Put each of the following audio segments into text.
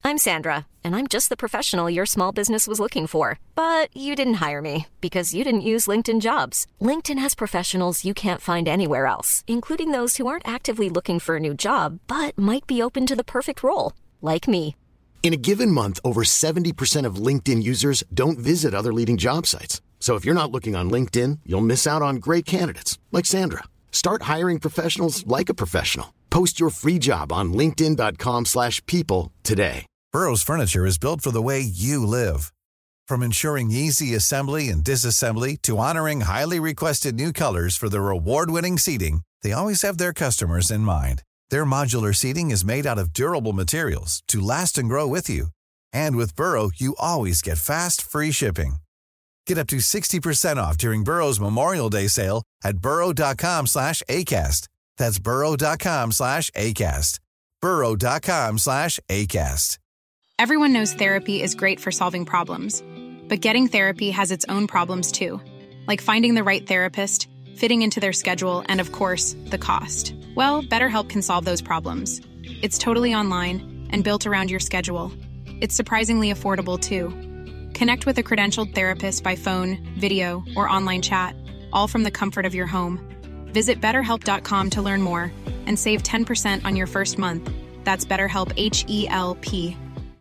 I'm Sandra, and I'm just the professional your small business was looking for. But you didn't hire me because you didn't use LinkedIn Jobs. LinkedIn has professionals you can't find anywhere else, including those who aren't actively looking for a new job, but might be open to the perfect role, like me. In a given month, over 70% of LinkedIn users don't visit other leading job sites. So if you're not looking on LinkedIn, you'll miss out on great candidates like Sandra. Start hiring professionals like a professional. Post your free job on linkedin.com/people today. Burrow's furniture is built for the way you live. From ensuring easy assembly and disassembly to honoring highly requested new colors for their award-winning seating, they always have their customers in mind. Their modular seating is made out of durable materials to last and grow with you. And with Burrow, you always get fast, free shipping. Get up to 60% off during Burrow's Memorial Day sale at burrow.com/ACAST. That's burrow.com/ACAST. burrow.com/ACAST. Everyone knows therapy is great for solving problems, but getting therapy has its own problems too, like finding the right therapist, fitting into their schedule, and of course, the cost. Well, BetterHelp can solve those problems. It's totally online and built around your schedule. It's surprisingly affordable too. Connect with a credentialed therapist by phone, video, or online chat, all from the comfort of your home. Visit BetterHelp.com to learn more and save 10% on your first month. That's BetterHelp, H-E-L-P.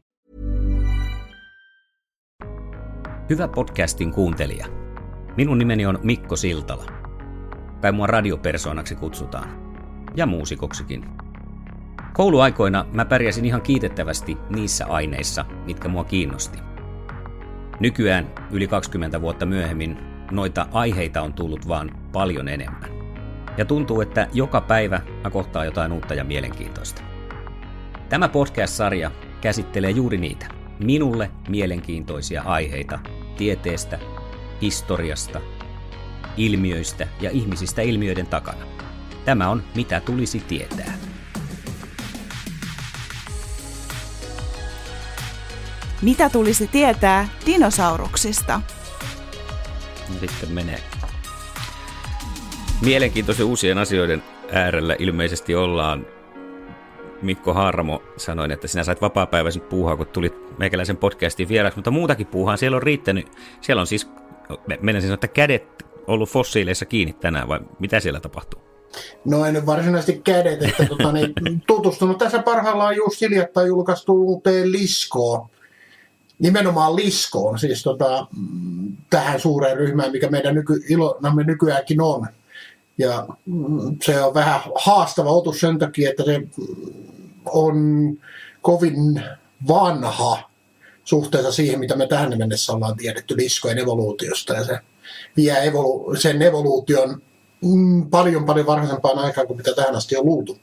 Hyvä podcastin kuuntelija. Minun nimeni on Mikko Siltala. Kai mua radiopersoonaksi kutsutaan. Ja muusikoksikin. Kouluaikoina mä pärjäsin ihan kiitettävästi niissä aineissa, mitkä mua kiinnosti. Nykyään, yli 20 vuotta myöhemmin, noita aiheita on tullut vaan paljon enemmän. Ja tuntuu, että joka päivä mä kohtaan jotain uutta ja mielenkiintoista. Tämä podcast-sarja käsittelee juuri niitä, minulle mielenkiintoisia aiheita tieteestä, historiasta, ilmiöistä ja ihmisistä ilmiöiden takana. Tämä on Mitä tulisi tietää. Mitä tulisi tietää dinosauruksista? Sitten menee. Mielenkiintoisen uusien asioiden äärellä ilmeisesti ollaan. Mikko Haaramo sanoi, että sinä sait vapaapäiväisen puuhaa, kun tulit meikäläisen podcastiin vieraksi, mutta muutakin puuhaa siellä on riittänyt. Siellä on siis, menen sanoa, että kädet ollut fossiileissa kiinni tänään, vai mitä siellä tapahtuu? No en nyt varsinaisesti kädet, että tutustunut tässä parhaillaan just hiljattain julkaistuun uuteen Liskoon. Nimenomaan Liskoon, siis tähän suureen ryhmään, mikä meidän Ilonamme nykyäänkin on. Ja se on vähän haastava otus sen takia, että se on kovin vanha suhteessa siihen, mitä me tähän mennessä ollaan tiedetty liskojen evoluutiosta. Ja se vie sen evoluution paljon varhaisempaan aikaan kuin mitä tähän asti on luultu.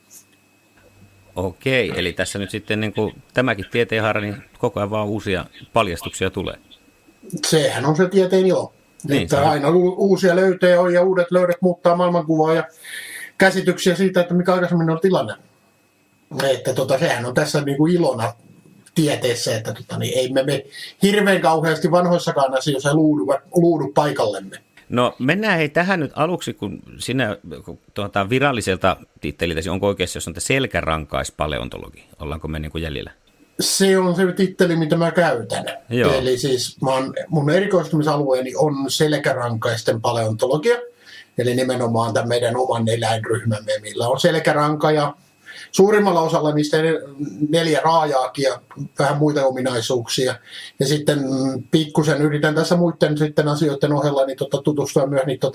Okei, eli tässä nyt sitten niin kuin tämäkin tieteenhaara, niin koko ajan vaan uusia paljastuksia tulee. Sehän on se tieteen ilo. Niin, että aina uusia löytöjä on ja uudet löydöt muuttaa maailmankuvaa ja käsityksiä siitä, että mikä aikaisemmin on tilanne. Että sehän on tässä niin kuin ilona tieteessä, että ei me hirveän kauheasti vanhoissakaan asioissa luudu paikallemme. No mennään hei tähän nyt aluksi, kun sinä viralliselta titteliltäsi, onko oikeassa, jos on selkärankaispaleontologi? Ollaanko me niin kuin jäljellä? Se on se titteli, mitä mä käytän. Joo. Eli siis mun erikoistumisalueeni on selkärankaisten paleontologia, eli nimenomaan tämän meidän oman eläinryhmämme, millä on selkäranka ja suurimmalla osalla niistä 4 raajaakin ja vähän muita ominaisuuksia. Ja sitten pikkusen yritän tässä muiden sitten asioiden ohella niin tutustua myös niin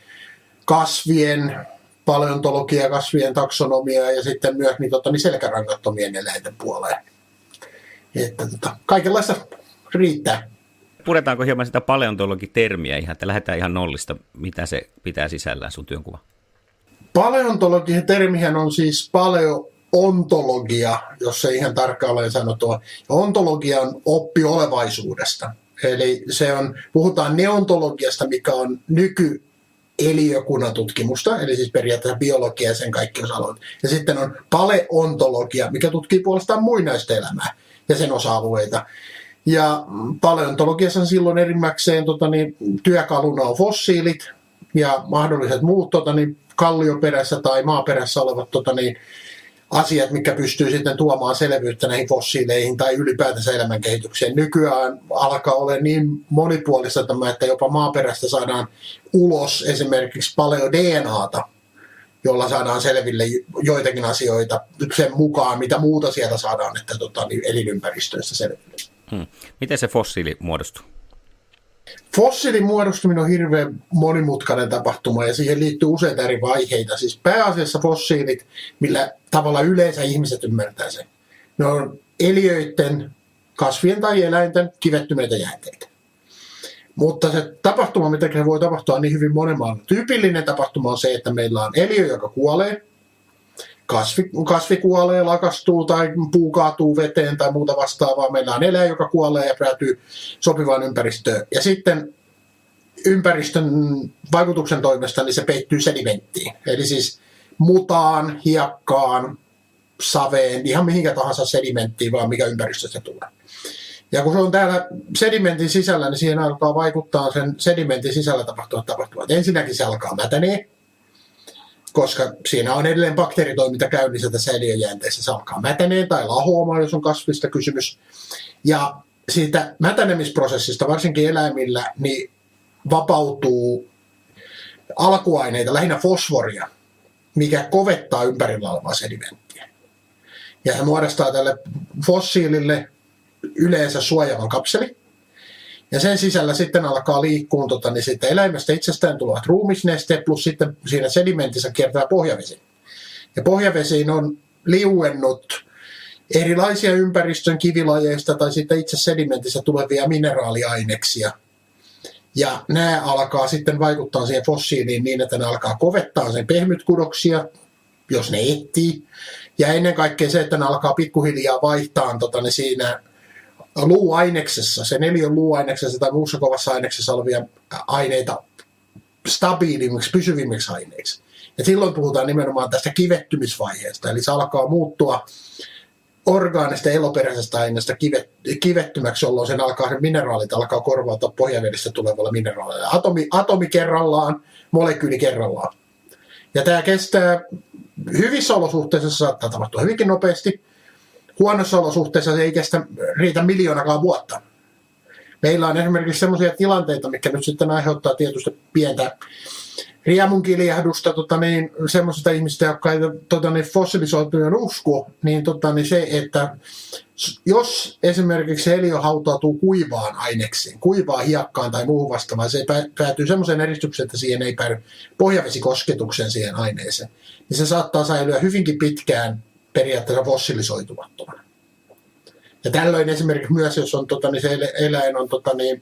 kasvien paleontologia, kasvien taksonomia ja sitten myös niin selkärankattomien eläinten puoleen. Että kaikenlaista riittää. Puretaanko hieman sitä paleontologitermiä ihan, että lähdetään ihan nollista, mitä se pitää sisällään sun työnkuva? Paleontologitermihän on siis paleoontologia, jos ei ihan tarkkaan sanotua. Ontologia on oppi olevaisuudesta. Eli puhutaan neontologiasta, mikä on nykyeliökunnan tutkimusta, eli siis periaatteessa biologia ja sen kaikki osa-alueet. Ja sitten on paleontologia, mikä tutkii puolestaan muinaista elämää ja sen osa-alueita. Ja paleontologiassa silloin enimmäkseen työkaluna on fossiilit ja mahdolliset muut kallioperässä tai maaperässä olevat asiat, mitkä pystyy sitten tuomaan selvyyttä näihin fossiileihin tai ylipäätänsä elämänkehitykseen. Nykyään alkaa olla niin monipuolista tämä, että jopa maaperästä saadaan ulos esimerkiksi paljon DNAta, jolla saadaan selville joitakin asioita sen mukaan, mitä muuta sieltä saadaan, että elinympäristöistä selville. Miten se fossiili muodostuu? Fossiilin muodostuminen on hirveän monimutkainen tapahtuma ja siihen liittyy useita eri vaiheita. Siis pääasiassa fossiilit, millä tavalla yleensä ihmiset ymmärtää sen, ne on eliöiden, kasvien tai eläinten kivettyneitä jäänteitä. Mutta se tapahtuma, mitä se voi tapahtua, on niin hyvin monenlainen. Tyypillinen tapahtuma on se, että meillä on eliö, joka kuolee, kasvi kuolee, lakastuu tai puu kaatuu veteen tai muuta vastaavaa. Meillä on eläin, joka kuolee ja päätyy sopivaan ympäristöön. Ja sitten ympäristön vaikutuksen toimesta niin se peittyy sedimenttiin. Eli siis mutaan, hiekkaan, saveen, ihan mihinkä tahansa sedimenttiin, vaan mikä ympäristöstä tulee. Ja kun se on täällä sedimentin sisällä, niin siihen alkaa vaikuttaa sen sedimentin sisällä tapahtuvat. Ensinnäkin se alkaa mätänee, koska siinä on edelleen bakteeritoiminta käynnissä tässä eliöjäänteessä. Se alkaa mätäneen tai lahoamaan, jos on kasvista kysymys. Ja siitä mätänemisprosessista, varsinkin eläimillä, niin vapautuu alkuaineita, lähinnä fosforia, mikä kovettaa ympärillä olevaa sedimenttiä. Ja se muodostaa tälle fossiilille yleensä suojaavan kapseli. Ja sen sisällä sitten alkaa liikkua niin sitten eläimestä itsestään tulevat ruumisnesteet, plus sitten siinä sedimentissä kiertää pohjavesi. Ja pohjavesiin on liuennut erilaisia ympäristön kivilajeista tai sitten itse sedimentissä tulevia mineraaliaineksia. Ja nämä alkaa sitten vaikuttaa siihen fossiiliin niin, että ne alkaa kovettaa sen pehmytkudoksia, jos ne etsii. Ja ennen kaikkea se, että ne alkaa pikkuhiljaa vaihtaa niin siinä luuaineksessa, sen eliön luuaineksessa tai muussa kovassa aineksessa olevia aineita stabiilimmiksi, pysyvimmiksi aineiksi. Ja silloin puhutaan nimenomaan tästä kivettymisvaiheesta, eli se alkaa muuttua orgaanista eloperäisestä aineesta kivettymäksi, jolloin sen mineraalit alkaa korvautua pohjavedestä tulevalla mineraalilla. Atomi kerrallaan, molekyyli kerrallaan. Ja tämä kestää hyvissä olosuhteissa, se saattaa tapahtua hyvinkin nopeasti. Huonossa olosuhteissa se ei riitä miljoonakaan vuotta. Meillä on esimerkiksi sellaisia tilanteita, mitkä nyt sitten aiheuttaa tietysti pientä riemunkilihdusta semmoisista ihmistä, jotka ei fossilisoitujen usko, niin se, että jos esimerkiksi eliö hautautuu kuivaan ainekseen, kuivaan hiekkaan tai muuhun vastaavaan, se päätyy semmoiseen eristykseen, että siihen ei päädy pohjavesikosketukseen siihen aineeseen, niin se saattaa säilyä hyvinkin pitkään periaatteessa fossilisoitumattomana. Ja tällöin esimerkiksi myös, jos on, se eläin on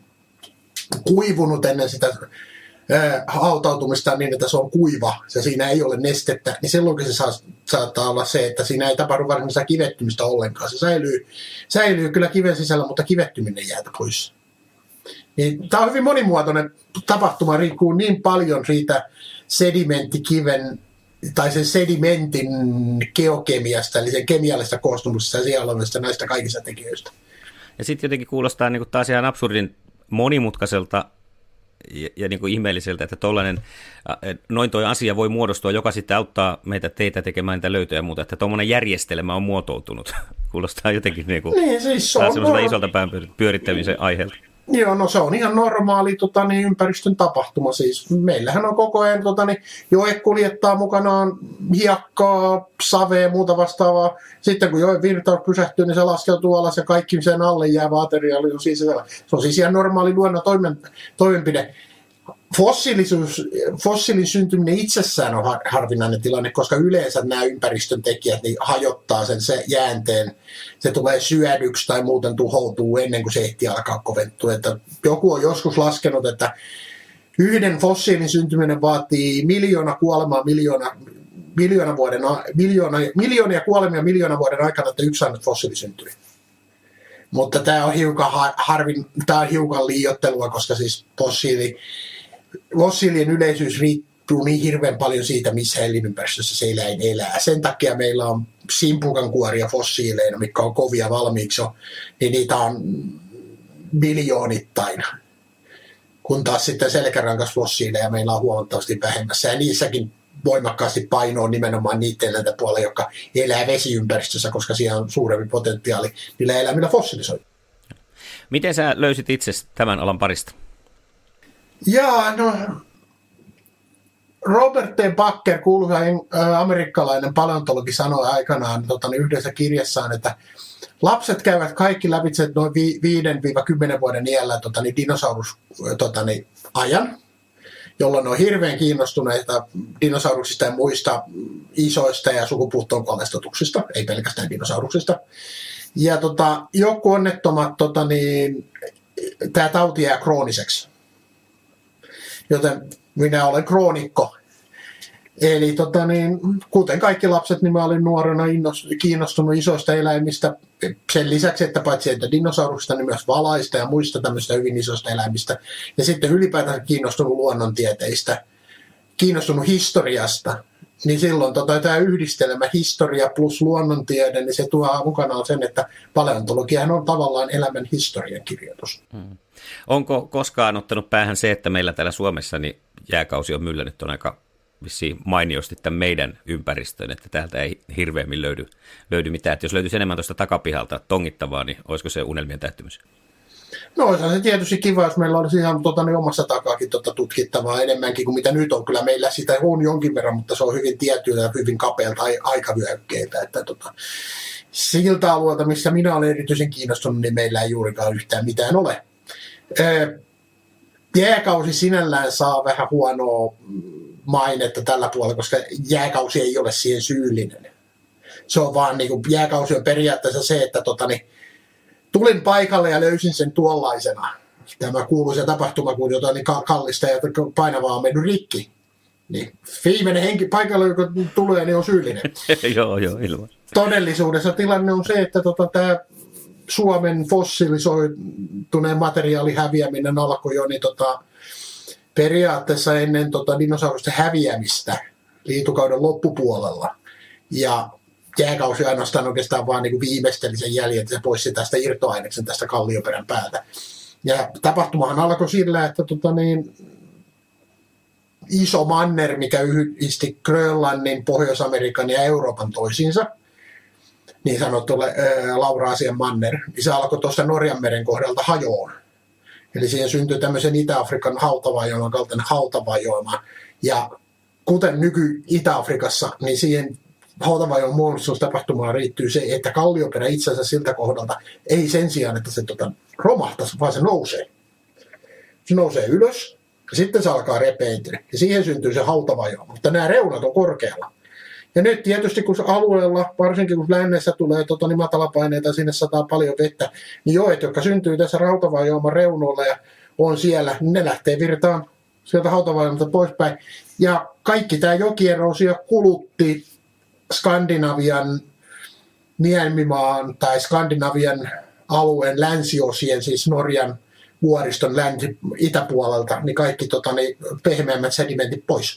kuivunut ennen sitä hautautumista niin, että se on kuiva ja siinä ei ole nestettä, niin silloinkin se saattaa olla se, että siinä ei tapahdu varsinaista kivettymistä ollenkaan. Se säilyy kyllä kiven sisällä, mutta kivettyminen jää pois. Niin, tämä on hyvin monimuotoinen tapahtuma, riippuu niin paljon siitä sedimenttikiven tai sen sedimentin geokemiasta, eli sen kemiallisesta koostumuksesta ja siellä olevista näistä kaikista tekijöistä. Ja sitten jotenkin kuulostaa niin kuin taas ihan absurdin monimutkaiselta ja niin kuin ihmeelliseltä, että noin toi asia voi muodostua, joka sitten auttaa teitä tekemään niitä löytöjä ja muuta, että tuommoinen järjestelmä on muotoutunut. Kuulostaa jotenkin niin kuin siis semmoiselta isolta pään pyörittämisen aiheelta. Joo, no se on ihan normaali ympäristön tapahtuma. Siis meillähän on koko ajan joe kuljettaa mukanaan hiekkaa, savea ja muuta vastaavaa. Sitten kun joen virtaus pysähtyy, niin se laskeutuu alas ja kaikki sen alle jäävä materiaali on siis se on siis ihan normaali luonnon toimenpide. Fossiilin syntyminen itsessään on harvinainen tilanne, koska yleensä nämä ympäristön tekijät niin hajottaa se jäänteen. Se tulee syödyksi tai muuten tuhoutuu ennen kuin se ehtii alkaa koventua. Että joku on joskus laskenut, että yhden fossiilin syntyminen vaatii miljoona kuolemaa miljoonia kuolemia miljoonan vuoden aikana, että yksi ainut fossiili syntyy. Mutta tämä on hiukan liioittelua, koska siis fossiilien yleisyys riippuu niin hirveän paljon siitä, missä elinympäristössä se eläin elää. Sen takia meillä on simpukankuoria fossiileina, mitkä on kovia valmiiksi jo, niin niitä on miljoonittain. Kun taas sitten selkärankasfossiileja meillä on huomattavasti vähemmässä. Ja niissäkin voimakkaasti painoa nimenomaan niiden eläinten puolella, jotka elää vesiympäristössä, koska siellä on suurempi potentiaali niillä eläimillä fossilisoida. Miten sä löysit itse tämän alan parista? Robert T. Bakker, kuuluisa amerikkalainen paleontologi, sanoi aikanaan yhdessä kirjassaan, että lapset käyvät kaikki lävitse noin 5-10 vuoden iällä dinosaurusajan, jolloin ne on hirveän kiinnostuneita dinosauruksista ja muista isoista ja sukupuuttoon kallistutuksista, ei pelkästään dinosauruksista. Ja joku onnettomat, tämä tauti jää krooniseksi. Joten minä olen kroonikko. Eli kuten kaikki lapset, niin mä olin nuorena kiinnostunut isoista eläimistä. Sen lisäksi, että paitsi että dinosauruksista, niin myös valaista ja muista tämmöistä hyvin isoista eläimistä. Ja sitten ylipäätään kiinnostunut luonnontieteistä, kiinnostunut historiasta. Niin silloin tämä yhdistelmä historia plus luonnontiede, niin se tuo mukanaan sen, että paleontologiahan on tavallaan elämän historian kirjoitus. Onko koskaan ottanut päähän se, että meillä täällä Suomessa niin jääkausi on myllännyt on aika vissiin mainiosti tämän meidän ympäristön, että täältä ei hirveämmin löydy mitään. Että jos löytyisi enemmän tuosta takapihalta tongittavaa, niin olisiko se unelmien täyttymys? No olisihan se tietysti kiva, jos meillä olisi ihan omassa takaakin tutkittavaa enemmänkin kuin mitä nyt on. Kyllä meillä sitä on jonkin verran, mutta se on hyvin tiettyä ja hyvin kapealta aikavyöhykkeitä. Että siltä alueelta, missä minä olen erityisen kiinnostunut, niin meillä ei juurikaan yhtään mitään ole. Jääkausi sinällään saa vähän huonoa mainetta tällä puolella, koska jääkausi ei ole siihen syyllinen. Se on vaan jääkausi on periaatteessa se, että tulin paikalle ja löysin sen tuollaisena. Tämä kuuluisa tapahtuma, kun jotain niin kallista ja painavaa on mennyt rikki. Niin viimeinen henki paikalle, joka tulee, niin on syyllinen. Joo, ilman. Todellisuudessa tilanne on se, että tämä Suomen fossilisoituneen materiaalin häviäminen alkoi jo periaatteessa ennen dinosaurusten häviämistä liitukauden loppupuolella. Ja jääkausi ainoastaan oikeastaan vaan viimeisteli sen jäljet ja pois tästä irtoaineksen tästä kallioperän päältä. Ja tapahtumahan alkoi sillä, että iso manner, mikä yhdisti Grönlannin, Pohjois-Amerikan ja Euroopan toisiinsa, niin sanottu Lauraasian manner, niin se alkoi tuosta Norjanmeren kohdalta hajoon. Eli siihen syntyi tämmöisen Itä-Afrikan hautavajoaman kaltainen hautavajoama. Ja kuten nyky-Itä-Afrikassa, niin siihen hautavajoon muodostustapahtumaan riittyy se, että kallioperä itse asiassa siltä kohdalta ei sen sijaan, että se romahtaisi, vaan se nousee. Se nousee ylös ja sitten se alkaa repeentyä ja siihen syntyy se hautavajoama, mutta nämä reunat on korkealla. Ja nyt tietysti kun alueella, varsinkin kun lännessä tulee niin matalapaineita ja sinne sataa paljon vettä, niin joet, jotka syntyy tässä hautavajoaman reunoilla ja on siellä, niin ne lähtee virtaan sieltä hautavajoamasta poispäin. Ja kaikki tämä jokieroosio kulutti Skandinavian Niemimaan tai Skandinavian alueen länsiosien, siis Norjan vuoriston itäpuolelta, niin kaikki pehmeämmät sedimentit pois.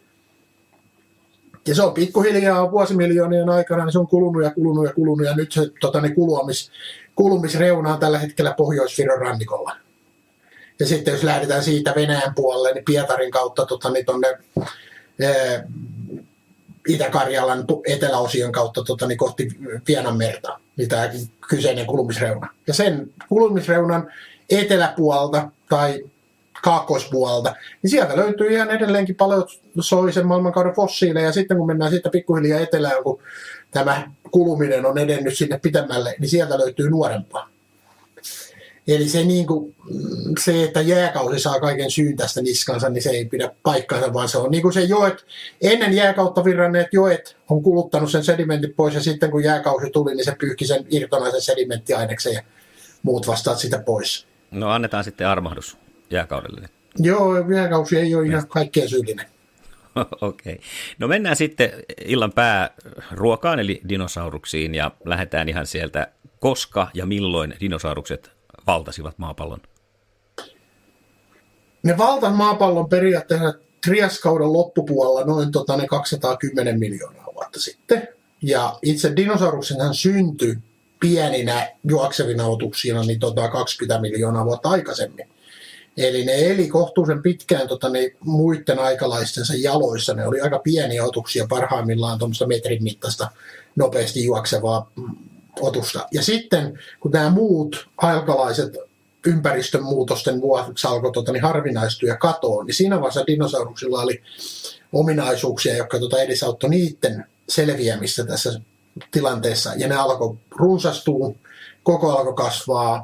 Ja se on pikkuhiljaa vuosimiljoonien aikana, niin se on kulunut ja nyt se kulumisreuna on tällä hetkellä Pohjois-Viron rannikolla. Ja sitten jos lähdetään siitä Venäjän puolelle, niin Pietarin kautta tuonne Itä-Karjalan eteläosion kautta kohti Vienanmerta, niin tämä kyseinen kulumisreuna. Ja sen kulumisreunan eteläpuolelta tai kaakkoispuolelta, niin sieltä löytyy ihan edelleenkin paljon soisen maailmankauden fossiileja, ja sitten kun mennään siitä pikkuhiljaa etelään, kun tämä kuluminen on edennyt sinne pitemmälle, niin sieltä löytyy nuorempaa. Eli se, että jääkausi saa kaiken syyn tästä niskansa, niin se ei pidä paikkaansa, vaan se on niin kuin se joet, ennen jääkautta virranneet joet on kuluttanut sen sedimentin pois, ja sitten kun jääkausi tuli, niin se pyyhki sen irtonaisen sedimenttiaineksen ja muut vastaat sitä pois. No annetaan sitten armahdus jääkaudelle. Joo, jääkausi ei ole ihan kaikkein syyllinen. Okei. No mennään sitten illan pääruokaan, eli dinosauruksiin, ja lähdetään ihan sieltä, koska ja milloin dinosaurukset valtasivat maapallon? Ne valtas maapallon periaatteessa Triaskauden loppupuolella noin 210 miljoonaa vuotta sitten. Ja itse dinosauruksenhan syntyi pieninä juoksevina otuksina niin 20 miljoonaa vuotta aikaisemmin. Eli ne eli kohtuullisen pitkään muiden aikalaistensa jaloissa. Ne oli aika pieniä otuksia, parhaimmillaan tuommoista metrin mittaista nopeasti juoksevaa otusta. Ja sitten kun nämä muut aikalaiset ympäristön muutosten vuoksi alkoi harvinaistua ja katoa, niin siinä vaiheessa dinosauruksilla oli ominaisuuksia, jotka edesauttoi niiden selviämistä tässä tilanteessa. Ja ne alkoi runsastua, koko alkoi kasvaa,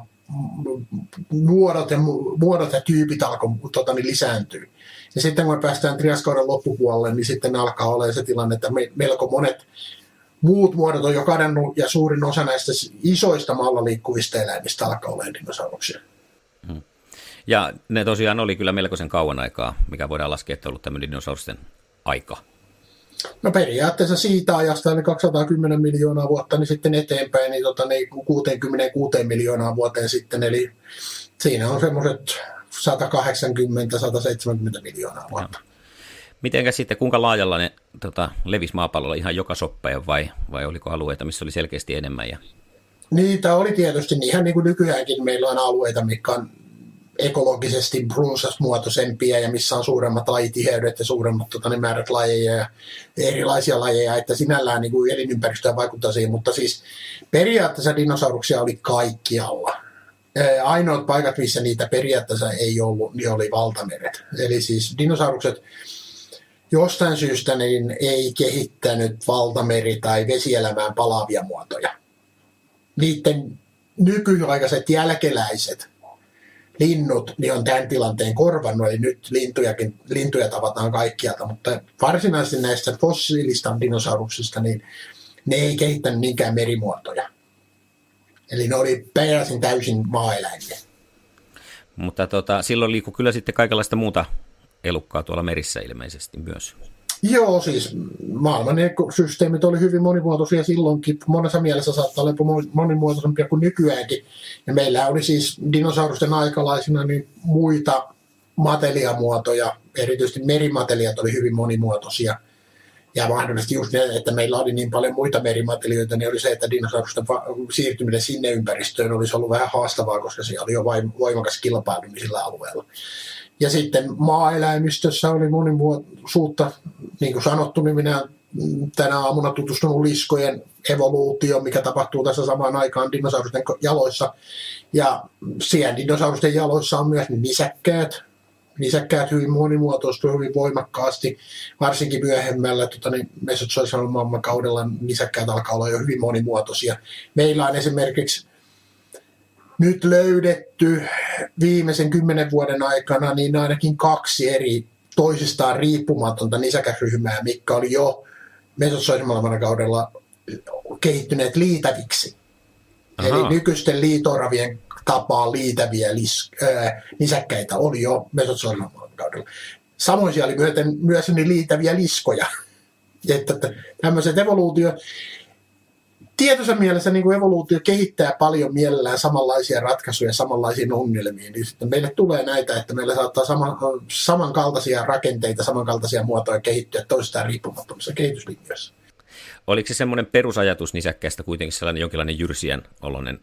muodot ja tyypit alkoi lisääntyä. Ja sitten kun me päästään triaskauden loppupuolelle, niin sitten alkaa olla se tilanne, että melko monet muut muodot on jo kadonnut, ja suurin osa näistä isoista maalla liikkuvista eläimistä alkaa olla dinosauruksia. Ja ne tosiaan oli kyllä melkoisen kauan aikaa, mikä voidaan laskea, että on ollut tämmöinen dinosaurusten aika. No periaatteessa siitä ajasta, eli 210 miljoonaa vuotta, niin sitten eteenpäin, niin 66 miljoonaa vuoteen sitten, eli siinä on semmoiset 180-170 miljoonaa vuotta. Mitenkä sitten, kuinka laajalla ne levisi maapallolla, ihan joka soppeen vai oliko alueita, missä oli selkeästi enemmän? Niitä oli tietysti, ihan niin kuin nykyäänkin meillä on alueita, mitkä on ekologisesti runsasmuotoisempia ja missä on suuremmat lajitiheydet ja suuremmat määrät lajeja ja erilaisia lajeja, että sinällään niin kuin elinympäristöä vaikuttaa siihen, mutta siis periaatteessa dinosauruksia oli kaikkialla. Ainoat paikat, missä niitä periaatteessa ei ollut, niin oli valtameret. Eli siis dinosaurukset jostain syystä niin ei kehittänyt valtameri- tai vesielämään palaavia muotoja. Niiden nykyaikaiset jälkeläiset linnut niin on tämän tilanteen korvannut, eli nyt lintuja tavataan kaikkialta, mutta varsinaisesti näistä fossiilista dinosauruksista, niin ne ei kehittänyt niinkään merimuotoja. Eli ne oli pääosin täysin maaeläimiä. Mutta silloin liikkui kyllä sitten kaikenlaista muuta elukkaa tuolla merissä ilmeisesti myös. Joo, siis maailman ekosysteemit oli hyvin monimuotoisia silloinkin. Monessa mielessä saattaa olla monimuotoisempia kuin nykyäänkin. Ja meillä oli siis dinosaurusten aikalaisina niin muita mateliamuotoja, erityisesti merimateliat oli hyvin monimuotoisia. Ja mahdollisesti just ne, että meillä oli niin paljon muita merimaterioita, niin oli se, että dinosaurusten siirtyminen sinne ympäristöön olisi ollut vähän haastavaa, koska siellä oli jo voimakas kilpailu sillä alueella. Ja sitten maaeläimistössä oli monimuotoisuutta, niin kuin sanottu, niin minä tänä aamuna tutustunut liskojen evoluutioon, mikä tapahtuu tässä samaan aikaan dinosaurusten jaloissa. Ja siellä dinosaurusten jaloissa on myös nisäkkäät. Nisäkkäät hyvin monimuotoistuivat hyvin voimakkaasti, varsinkin myöhemmällä mesozoikan maailmankaudella nisäkkäät alkaa olla jo hyvin monimuotoisia. Meillä on esimerkiksi nyt löydetty viimeisen 10 vuoden aikana niin ainakin 2 eri toisistaan riippumatonta nisäkäsryhmää, mitkä oli jo mesozoikan maailmankaudella kehittyneet liitäviksi. Aha. Eli nykyisten liito-oravien tapaa liitäviä nisäkkäitä oli jo mesozoikan maailmankaudella. Samoin siellä oli myös liitäviä liskoja. Että tämmöiset tietoisen mielessä niin kuin evoluutio kehittää paljon mielellään samanlaisia ratkaisuja samanlaisiin ongelmiin. Niin sitten meille tulee näitä, että meillä saattaa samankaltaisia rakenteita, samankaltaisia muotoja kehittyä toistaan riippumattomissa kehityslinjoissa. Oliko se semmoinen perusajatus nisäkkäistä kuitenkin sellainen jonkinlainen jyrsien oloinen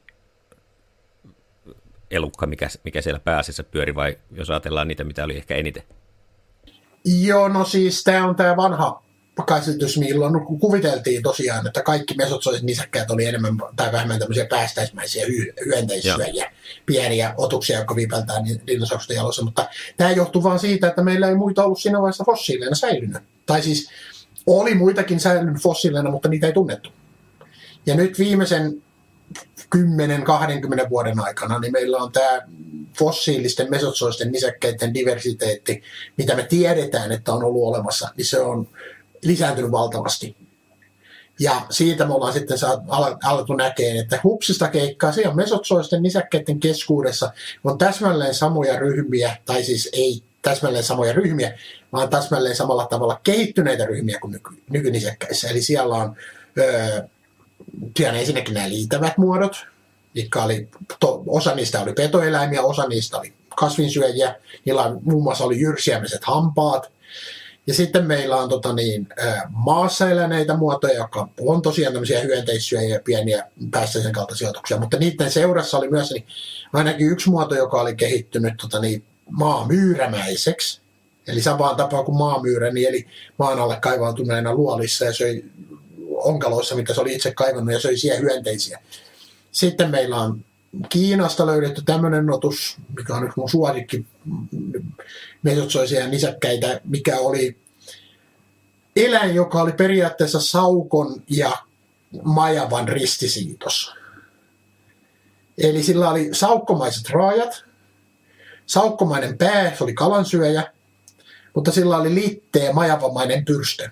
elukka, mikä siellä pääasiassa pyöri, vai jos ajatellaan niitä, mitä oli ehkä eniten? Joo, no siis tämä on tämä vanha käsitys, milloin kuviteltiin tosiaan, että kaikki mesozoiset nisäkkäät oli enemmän tai vähemmän tämmöisiä päästäismäisiä hyönteissyöjiä, pieniä otuksia, jotka viipältää dinosaurusten jalossa, mutta tämä johtuu vaan siitä, että meillä ei muita ollut siinä vaiheessa fossiileina säilynyt. Tai siis oli muitakin säilynyt fossiileina, mutta niitä ei tunnettu. Ja nyt viimeisen 10-20 vuoden aikana niin meillä on tämä fossiilisten mesozoisten nisäkkäiden diversiteetti, mitä me tiedetään, että on ollut olemassa, niin se on lisääntynyt valtavasti. Ja siitä me ollaan sitten alettu näkemään, että hupsista keikkaa siellä mesozoisten nisäkkäiden keskuudessa on täsmälleen samoja ryhmiä, tai siis ei täsmälleen samoja ryhmiä, vaan täsmälleen samalla tavalla kehittyneitä ryhmiä kuin nykynisäkkäissä. Eli siellä on ensinnäkin nämä liitävät muodot, osa niistä oli petoeläimiä, osa niistä oli kasvinsyöjiä, niillä muun muassa oli jyrsiämiset hampaat. Ja sitten meillä on maassa eläneitä muotoja, jotka on tosiaan tämmöisiä hyönteissyöjiä, pieniä päästäisen kaltaisia otuksia, mutta niiden seurassa oli myös ainakin yksi muoto, joka oli kehittynyt maamyyrämäiseksi. Eli samaan tapaan kuin maamyyrä, niin eli maan alle kaivautuneena luolissa ja söi onkaloissa, mitä se oli itse kaivannut, ja söi siellä hyönteisiä. Sitten meillä on Kiinasta löydetty tämmöinen otus, mikä on nyt mun suosikki, mesotsoisia nisäkkäitä, mikä oli eläin, joka oli periaatteessa saukon ja majavan ristisiitos. Eli sillä oli saukkomaiset raajat, saukkomainen pää, se oli kalansyöjä, mutta sillä oli litteen majavamainen pyrstö.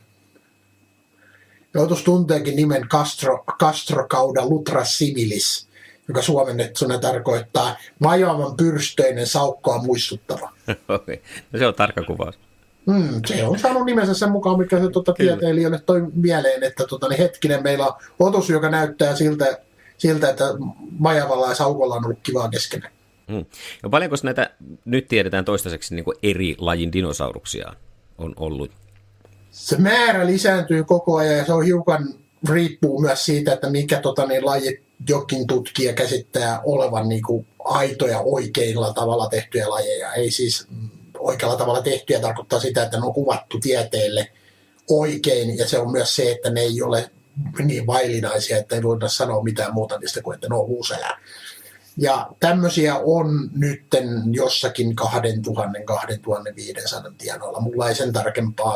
Otus tunteekin nimen Castrocauda lutras similis, joka suomennettuna tarkoittaa majavan pyrstöinen saukkoa muistuttava. Okei. No se on tarkka kuvaus. Se on saanut nimensä sen mukaan, mikä se tieteilijöille toi mieleen, että hetkinen, meillä on otus, joka näyttää siltä että majavalla ja saukolla on ollut kivaa keskenään. Ja paljonko näitä nyt tiedetään toistaiseksi niin kuin eri lajin dinosauruksia on ollut? Se määrä lisääntyy koko ajan ja se on hiukan riippuu myös siitä, että mikä laji jokin tutkija käsittää olevan niin kuin aitoja oikeilla tavalla tehtyjä lajeja. Ei siis oikealla tavalla tehtyjä tarkoittaa sitä, että ne on kuvattu tieteelle oikein ja se on myös se, että ne ei ole niin vaillinaisia, että ei voida sanoa mitään muuta niistä kuin, että ne on huuselää. Ja tämmöisiä on nytten jossakin 2000-2500 tienoilla. Mulla ei sen tarkempaa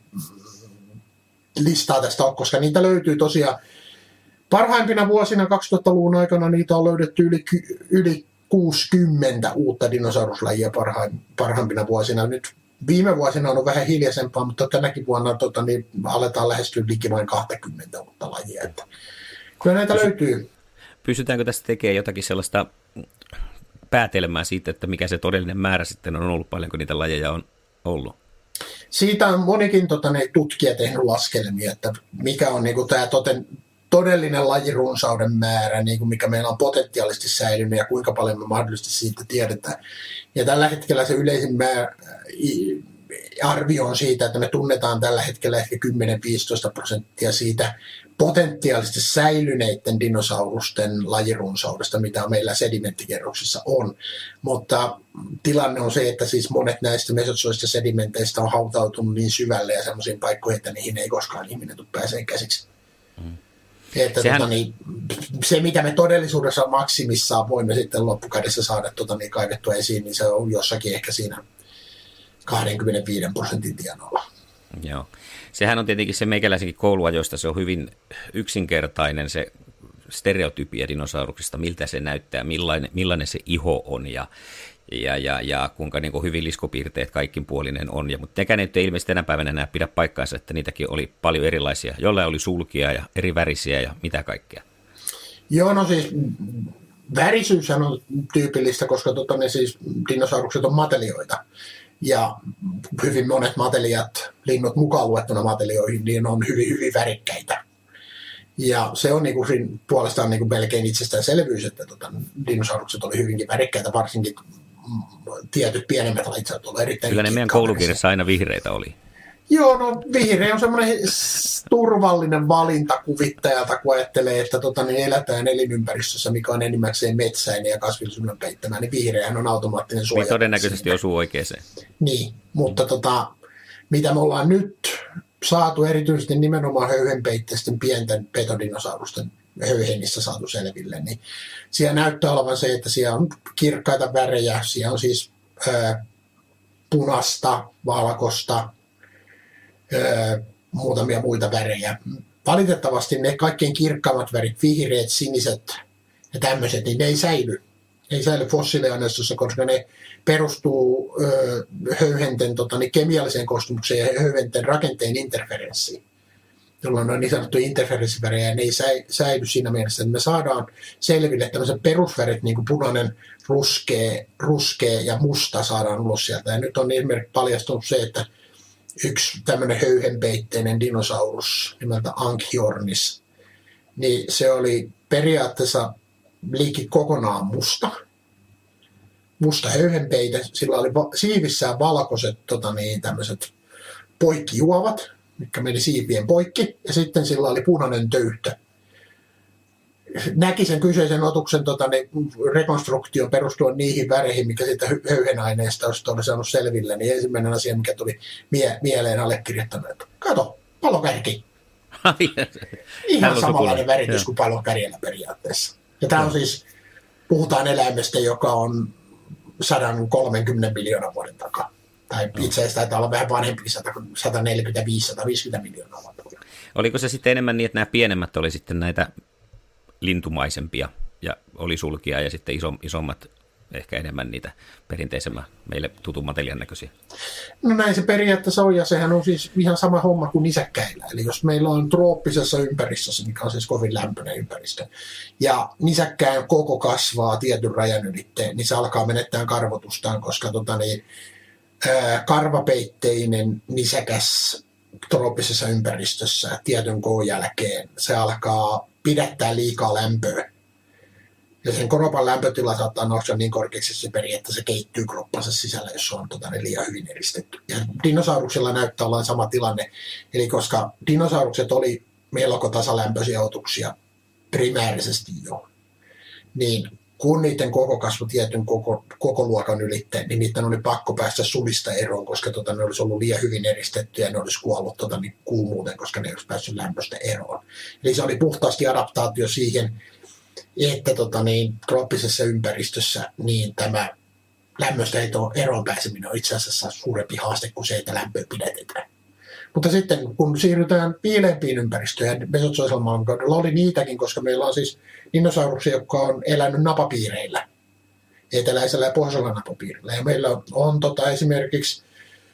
listaa tästä ole, koska niitä löytyy tosiaan parhaimpina vuosina 2000-luvun aikana niitä on löydetty yli 60 uutta dinosauruslajia parhaimpina vuosina. Nyt viime vuosina on vähän hiljaisempaa, mutta tänäkin vuonna aletaan lähestyä likimain 20 uutta lajia. Että kyllä näitä löytyy. Pystytäänkö tästä tekemään jotakin sellaista päätelmää siitä, että mikä se todellinen määrä sitten on ollut, paljonko niitä lajeja on ollut? Siitä on monikin tutkija tehnyt laskelmia, että mikä on niin kuin tämä todellinen lajirunsauden määrä, niin kuin mikä meillä on potentiaalisesti säilynyt ja kuinka paljon me mahdollisesti siitä tiedetään. Ja tällä hetkellä se yleisin arvio on siitä, että me tunnetaan tällä hetkellä ehkä 10-15% siitä potentiaalisesti säilyneiden dinosaurusten lajirunsaudesta, mitä meillä sedimenttikerroksissa on. Mutta tilanne on se, että siis monet näistä mesotsoista sedimenteistä on hautautunut niin syvälle ja sellaisiin paikkoihin, että niihin ei koskaan ihminen tule pääseen käsiksi. Että se, mitä me todellisuudessa maksimissaan voimme sitten loppukädessä saada kaivettua esiin, niin se on jossakin ehkä siinä 25% tienoilla. Joo. Sehän on tietenkin se meikäläisenkin kouluajoista, se on hyvin yksinkertainen se stereotypia dinosauruksista, miltä se näyttää, millainen se iho on ja kuinka niin kuin hyvin liskopiirteet kaikkinpuolinen on. Mutta nekään ei ilmeisesti tänä päivänä enää pidä paikkaansa, että niitäkin oli paljon erilaisia, jollain oli sulkia ja eri värisiä ja mitä kaikkea. Joo, no siis värisyyshän on tyypillistä, koska siis dinosaurukset on matelioita. Ja hyvin monet matelijat, linnut mukaan luettuna matelioihin, niin on hyvin, hyvin värikkäitä. Ja se on niinku puolestaan niinku melkein itsestäänselvyys, että dinosaurukset oli hyvinkin värikkäitä, varsinkin tietyt pienemmät lajit saavat olla erittäin. Kyllä ne meidän koulukirjassa aina vihreitä oli. Joo, no vihreä on semmoinen turvallinen valinta kuvittajalta, kun ajattelee, että elätään elinympäristössä, mikä on enimmäkseen metsäinen ja kasvillisuuden peittämään, niin vihreähän on automaattinen suoja. Niin todennäköisesti osuu oikeeseen. Niin, mutta mitä me ollaan nyt saatu erityisesti nimenomaan höyhenpeitteisten pienten petodinosaurusten höyhenissä saatu selville, niin siellä näyttää olevan se, että siellä on kirkkaita värejä, siellä on siis punasta, valkosta, muutamia muita värejä. Valitettavasti ne kaikkein kirkkaimmat värit, vihreät, siniset ja tämmöiset, niin ne ei säily. Ei säily fossiiliaineistossa, koska ne perustuu höyhenten kemialliseen koostumukseen ja höyhenten rakenteen interferenssiin, jolloin on niin sanottuja interferenssivärejä, ja ne ei säily siinä mielessä, että me saadaan selville tämmöiset perusvärit, niin kuin punainen, ruskea ja musta saadaan ulos sieltä. Ja nyt on esimerkiksi paljastunut se, että yksi tämmöinen höyhenpeitteinen dinosaurus nimeltä Ankhornis, niin se oli periaatteessa liikki kokonaan musta höyhenpeite. Sillä oli siivissään valkoiset tämmöiset poikkijuovat, mitkä meni siipien poikki, ja sitten sillä oli punainen töyhtö näki sen kyseisen otuksen rekonstruktion perustuen niihin väreihin, mikä siitä höyhenaineesta oli saanut selville, niin ensimmäinen asia, mikä tuli mieleen allekirjoittanut, että kato, palokärki. Ihan samanlainen väritys kuin palokärjellä periaatteessa. Ja tämä on siis, puhutaan eläimestä, joka on 130 miljoonan vuoden takaa. Tai itse asiassa taitaa olla vähän vanhempi, 145-150 miljoonaa vuotta. Oliko se sitten enemmän niin, että nämä pienemmät oli sitten näitä lintumaisempia ja oli sulkia ja sitten isommat ehkä enemmän niitä perinteisemmän meille tutun materian näköisiä? No näin se periaatteessa on, ja sehän on siis ihan sama homma kuin nisäkkäillä. Eli jos meillä on trooppisessa ympäristössä, mikä on siis kovin lämpöinen ympäristö, ja nisäkkään koko kasvaa tietyn rajan ylitteen, niin se alkaa menettää karvotustaan, koska karvapeitteinen nisäkäs trooppisessa ympäristössä tietyn koon jälkeen, se alkaa pidättää liikaa lämpöä. Ja sen kropan lämpötila saattaa nousta niin korkeaksi, että se periaatteessa keittyy kroppansa sisällä, jos se on liian hyvin eristetty. Ja dinosauruksilla näyttää olla sama tilanne. Eli koska dinosaurukset oli melko tasalämpöisiä otuksia primäärisesti jo, niin kun niiden koko kasvu tietyn koko luokan ylitteen, niin niiden oli pakko päästä sulista eroon, koska ne olisi ollut liian hyvin eristetty ja ne olisi kuollut kuumuuteen, koska ne olisi päässyt lämpöstä eroon. Eli se oli puhtaasti adaptaatio siihen, että trooppisessa ympäristössä niin tämä lämmöstä eroon pääseminen on itse asiassa suurempi haaste kuin se, että lämpöä pidätetään. Mutta sitten kun siirrytään piileempiin ympäristöön, ja mesozoisella maailmankaudella oli niitäkin, koska meillä on siis dinosauruksia, jotka on elänyt napapiireillä, eteläisellä ja pohjoisella napapiirillä. Ja meillä on esimerkiksi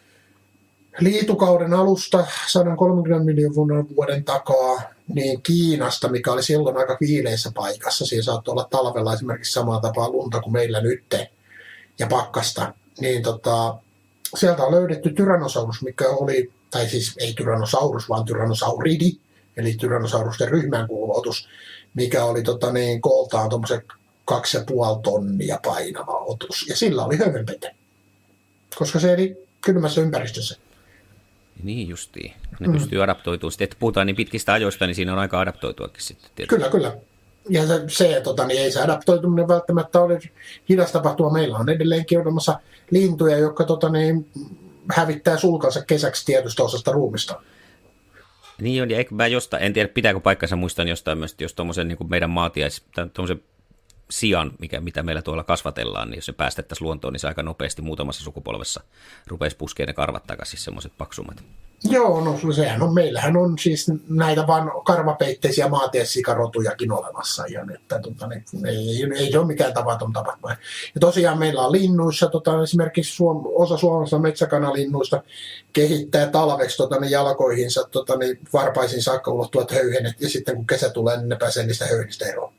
liitukauden alusta 130 miljoonan vuoden takaa niin Kiinasta, mikä oli silloin aika viileässä paikassa. Siinä saattoi olla talvella esimerkiksi samaa tapaa lunta kuin meillä nyt ja pakkasta. Niin sieltä on löydetty Tyrannosaurus, mikä oli, tai siis ei Tyrannosaurus, vaan Tyrannosauridi, eli Tyrannosaurusten ryhmään kuuluva otus, mikä oli kooltaan tuommoisen 2,5 tonnia painava otus. Ja sillä oli höyhenpete, koska se eli kylmässä ympäristössä. Niin justiin. Ne pystyy adaptoitumaan. Sitten, että puhutaan niin pitkistä ajoista, niin siinä on aika adaptoituakin sitten. Tietysti. Kyllä. Ja ei se adaptoituminen välttämättä ole hidas tapahtuma. Meillä on edelleenkin olemassa lintuja, jotka hävittää sulkansa kesäksi tietystä osasta ruumista. Niin on, ja eikö mä jostain, en tiedä pitääkö paikkansa, muistan jostain myös, jos tuommoisen niin kuin meidän tuommoisen sian, mitä meillä tuolla kasvatellaan, niin jos se päästettäisiin luontoon, niin se aika nopeasti muutamassa sukupolvessa rupeisi puskemaan ne karvat takaisin, semmoiset paksummat. Joo, no sehän on, meillähän on siis näitä vaan karvapeitteisiä maatiessikarotujakin olemassa, ihan, että ei se ole mikään tavaton tapahtuma. Ja tosiaan meillä on linnuissa, esimerkiksi osa Suomessa metsäkanalinnuista kehittää talveksi jalkoihinsa varpaisiin saakka ulottuvat höyhenet, ja sitten kun kesä tulee, niin ne pääsee niistä höyhenistä eroon.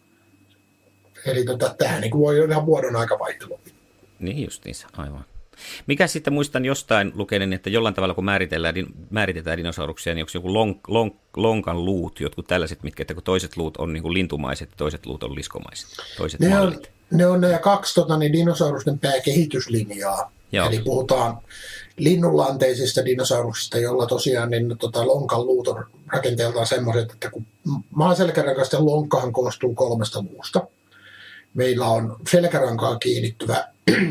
Eli tämähän voi olla ihan vuodon aika vaihtelua. Niin justiinsa, aivan. Mikä sitten muistan jostain lukeinen, että jollain tavalla kun määritetään dinosauruksia, niin onko joku lonkan luut, jotkut tällaiset, mitkä, että kun toiset luut on niin kuin lintumaiset ja toiset luut on liskomaiset, toiset mallit. Ne on nämä kaksi dinosaurusten pääkehityslinjaa. Joo. Eli puhutaan linnunlanteisista dinosauruksista, joilla tosiaan niin, lonkan luut on rakenteeltaan semmoiset, että kun maaselkärankaisten lonkkahan koostuu 3 luusta. Meillä on selkärankaan kiinnittyvä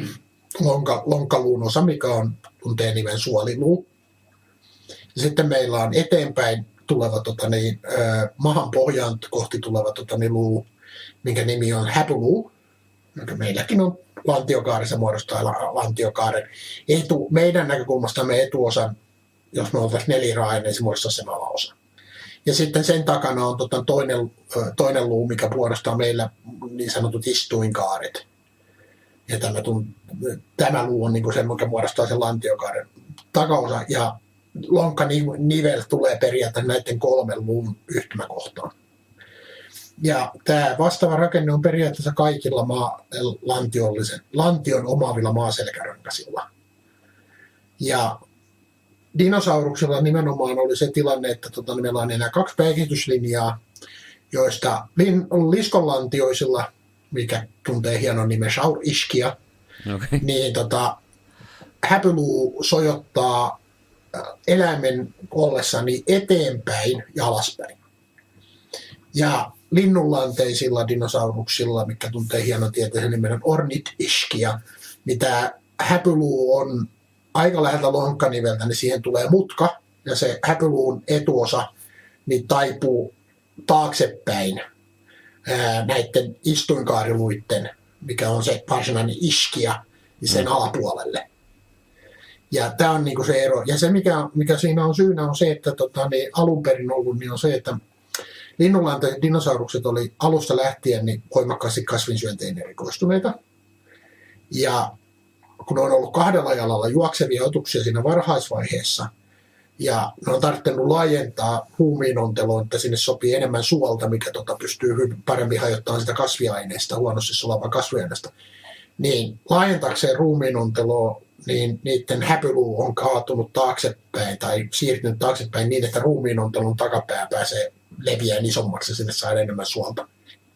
lonkkaluun osa, mikä tuntee nimen suoliluu. Ja sitten meillä on eteenpäin tuleva mahan pohjaan kohti tuleva luu, minkä nimi on häpyluu. Meilläkin on lantiokaari, se muodostaa lantiokaaren. Meidän näkökulmastamme etuosan, jos me oltaisiin nelirainen, niin se muodostaa sen alaosa. Ja sitten sen takana on toinen luu, mikä muodostaa meillä niin sanotut istuinkaaret. Ja tämä luu on niin se, mikä muodostaa sen lantiokaaren takaosa. Ja lonkkanivel tulee periaatteessa näiden 3 luun yhtymäkohtaan. Ja tämä vastaava rakenne on periaatteessa kaikilla lantion omaavilla maaselkärankasilla. Ja dinosauruksilla nimenomaan oli se tilanne, että meillä on enää 2 pääkehityslinjaa, joista liskonlantioisilla, mikä tuntee hienon nimen Saur-Ischia, niin häpyluu sojottaa eläimen ollessaan eteenpäin ja alaspäin. Ja linnunlanteisilla dinosauruksilla, mikä tuntee hienon tieteellisen nimen ornithischia, mitä häpyluu on aika läheltä lonkkaniveltä, niin siihen tulee mutka, ja se häpyluun etuosa niin taipuu taaksepäin näiden istuinkaariluitten, mikä on se varsinainen iskia, niin sen alapuolelle. Ja tämä on niinku se ero. Ja se, mikä siinä on syynä, on se, että niin alun perin ollut, niin on se, että linnunlanteiset dinosaurukset oli alusta lähtien niin voimakkaasti kasvinsyönteen erikoistuneita. Ja kun on ollut kahdella jalalla juoksevia otuksia siinä varhaisvaiheessa, ja ne on tarvinnut laajentaa ruumiinonteloon, että sinne sopii enemmän suolta, mikä pystyy paremmin hajottamaan sitä kasviaineesta, huonosti sulavaa kasviaineesta, niin laajentaakseen ruumiinonteloa, niin niiden häpyluu on kaatunut taaksepäin tai siirtynyt taaksepäin niin, että ruumiinontelon takapää pääsee leviään isommaksi ja sinne saa enemmän suolta.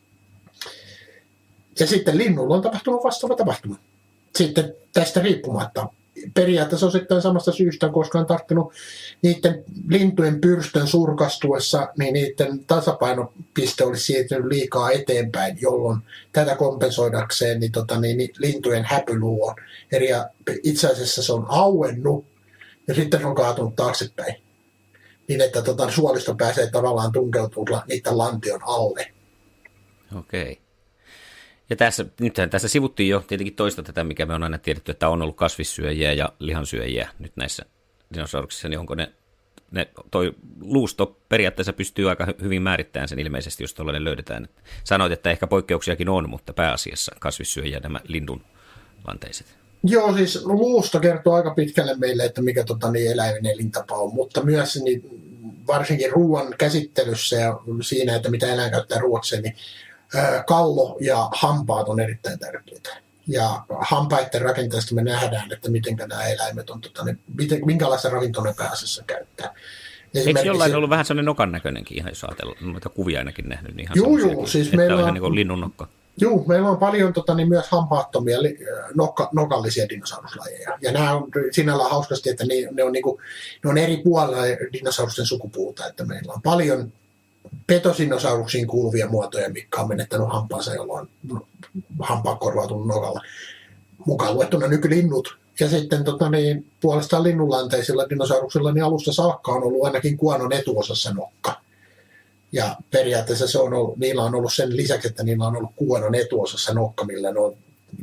Ja sitten linnulla on tapahtunut vastaava tapahtuma. Sitten tästä riippumatta. Periaatteessa osittain samasta syystä, koska on tarttunut niiden lintujen pyrstön surkastuessa, niin niiden tasapainopiste olisi siirtynyt liikaa eteenpäin, jolloin tätä kompensoidakseen niin lintujen häpyluu on eri. Itse asiassa se on auennut ja sitten se on kaatunut taaksepäin. Niin, että suolisto pääsee tavallaan tunkeutumaan niiden lantion alle. Okei. Ja nythän tässä sivuttiin jo tietenkin toista tätä, mikä me on aina tiedetty, että on ollut kasvissyöjiä ja lihansyöjiä nyt näissä dinosauruksissa, niin onko toi luusto periaatteessa pystyy aika hyvin määrittämään sen ilmeisesti, jos tuollainen löydetään. Sanoit, että ehkä poikkeuksiakin on, mutta pääasiassa kasvissyöjiä nämä lindunlanteiset. Joo, siis luusto kertoo aika pitkälle meille, että mikä eläimen elintapa on, mutta myös niin varsinkin ruoan käsittelyssä ja siinä, että mitä eläin käyttää ruoakseen, niin kallo ja hampaat on erittäin tärkeitä. Ja hampaiden rakenteesta me nähdään, että miten nämä eläimet on, minkälaista ravintoa ne pääasiassa käyttää. Eikö jollain ollut vähän sellainen nokan näköinenkin, ihan jos ajatellaan, noita kuvia ainakin nähnyt, niin ihan joo, siis että meillä on ihan niin kuin linnun nokka. Joo, meillä on paljon myös hampaattomia nokallisia dinosauruslajeja. Ja nämä on sinällään hauskasti, että ne on eri puolilla dinosaurusten sukupuuta, että meillä on paljon petosinosauruksiin kuuluvia muotoja, mitkä on menettänyt hampaansa, jolloin hampaan korvautunut nokalla. Mukaan luettuna nykylinnut. Ja sitten puolestaan linnunlanteisilla dinosauruksilla niin alusta saakka on ollut ainakin kuonon etuosassa nokka. Ja periaatteessa se on ollut, niillä on ollut sen lisäksi, että niillä on ollut kuonon etuosassa nokka, millä ne on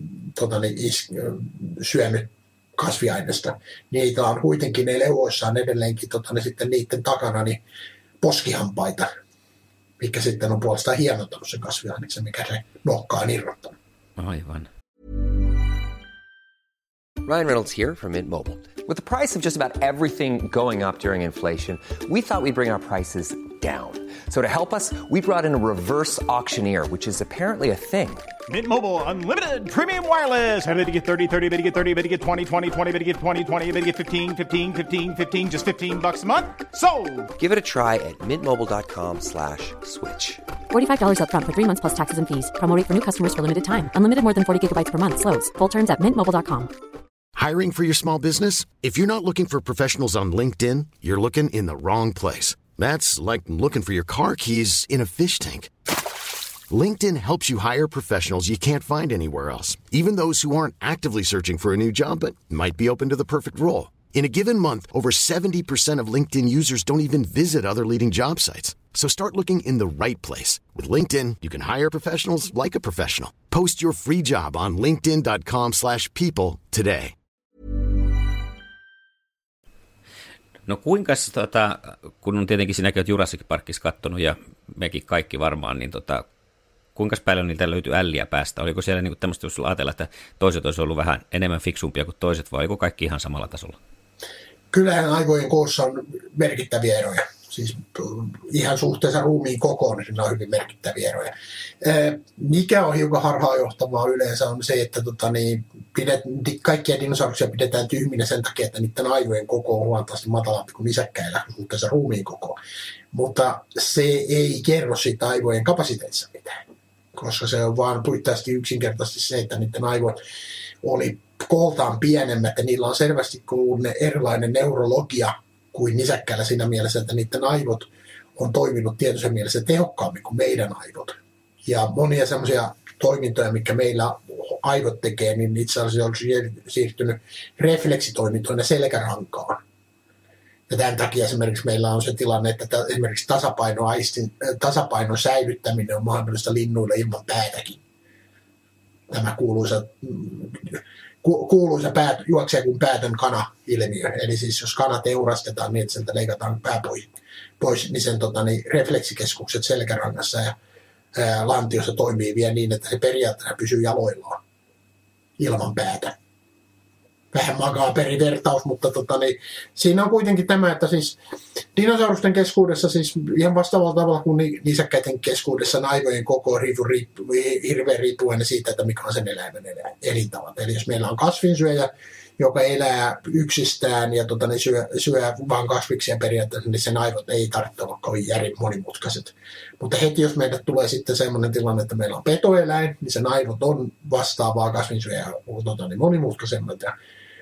syönyt kasviaineesta. Niitä on kuitenkin ne leuoissaan edelleenkin sitten niiden takana niin poskihampaita, mikä sitten on puolestaan hienontanut sen kasviaineksen, mikä se nokka on irrottanut. Aivan. Ryan Reynolds here from Mint Mobile. With the price of just about everything going up during inflation, we thought we'd bring our prices down. So to help us, we brought in a reverse auctioneer, which is apparently a thing. Mint Mobile Unlimited Premium Wireless. How to get 30, 30, bit to get 30, bit to get 20, 20, 20, bit to get 20, 20, bit to get 15, 15, 15, 15, just $15 a month? Sold! Give it a try at mintmobile.com/switch. $45 up front for 3 months plus taxes and fees. Promo rate for new customers for limited time. Unlimited more than 40 gigabytes per month. Slows full terms at mintmobile.com. Hiring for your small business? If you're not looking for professionals on LinkedIn, you're looking in the wrong place. That's like looking for your car keys in a fish tank. LinkedIn helps you hire professionals you can't find anywhere else, even those who aren't actively searching for a new job but might be open to the perfect role. In a given month, over 70% of LinkedIn users don't even visit other leading job sites. So start looking in the right place. With LinkedIn, you can hire professionals like a professional. Post your free job on linkedin.com/people today. No kuinkas, kun on tietenkin sinäkin olet Jurassic Parkissa kattonut ja mekin kaikki varmaan, niin kuinka paljon niitä löytyi älliä päästä? Oliko siellä niin tämmöistä, jos ajatella, että toiset olisi ollut vähän enemmän fiksumpia kuin toiset, vai oliko kaikki ihan samalla tasolla? Kyllähän aivojen koossa on merkittäviä eroja. Siis ihan suhteessa ruumiin kokoon, niin siinä on hyvin merkittäviä eroja. Mikä on hiukan harhaanjohtavaa yleensä on se, että kaikkia dinosauruksia pidetään tyhminä sen takia, että niiden aivojen koko on huomattavasti matalampi kuin nisäkkäillä suhteessa ruumiin kokoon. Mutta se ei kerro siitä aivojen kapasiteetissa mitään, koska se on vaan puhtaasti yksinkertaisesti se, että niiden aivot oli kooltaan pienemmät ja niillä on selvästi erilainen neurologia kuin nisäkkäillä siinä mielessä, että niiden aivot on toiminut tietoisen mielessä tehokkaammin kuin meidän aivot. Ja monia semmoisia toimintoja, mikä meillä aivot tekee, niin itse asiassa on siirtynyt refleksitoimintoina selkärankaan. Ja tämän takia esimerkiksi meillä on se tilanne, että esimerkiksi tasapainon säilyttäminen on mahdollista linnuille ilman päätäkin. Tämä kuuluisa juoksee kuin päätön kana-ilmiö. Eli siis jos kana teurastetaan niin, että sieltä leikataan pää pois niin sen refleksikeskukset selkärangassa ja lantiossa toimii vielä niin, että se periaatteessa pysyy jaloillaan ilman päätä. Vähän makaperi vertaus, mutta siinä on kuitenkin tämä, että siis dinosaurusten keskuudessa siis ihan vastaavalla tavalla kuin nisäkkäiden keskuudessa aivojen koko on hirveän riippuen siitä, että mikä on sen eläimen elintavat. Eli jos meillä on kasvinsyöjä, joka elää yksistään ja syö vain kasviksia periaatteessa, niin sen aivot ei tarvitse olla kovin järin monimutkaiset. Mutta heti jos meille tulee sitten sellainen tilanne, että meillä on petoeläin, niin sen aivot on vastaavaa kasvinsyöjää monimutkaisemmat ja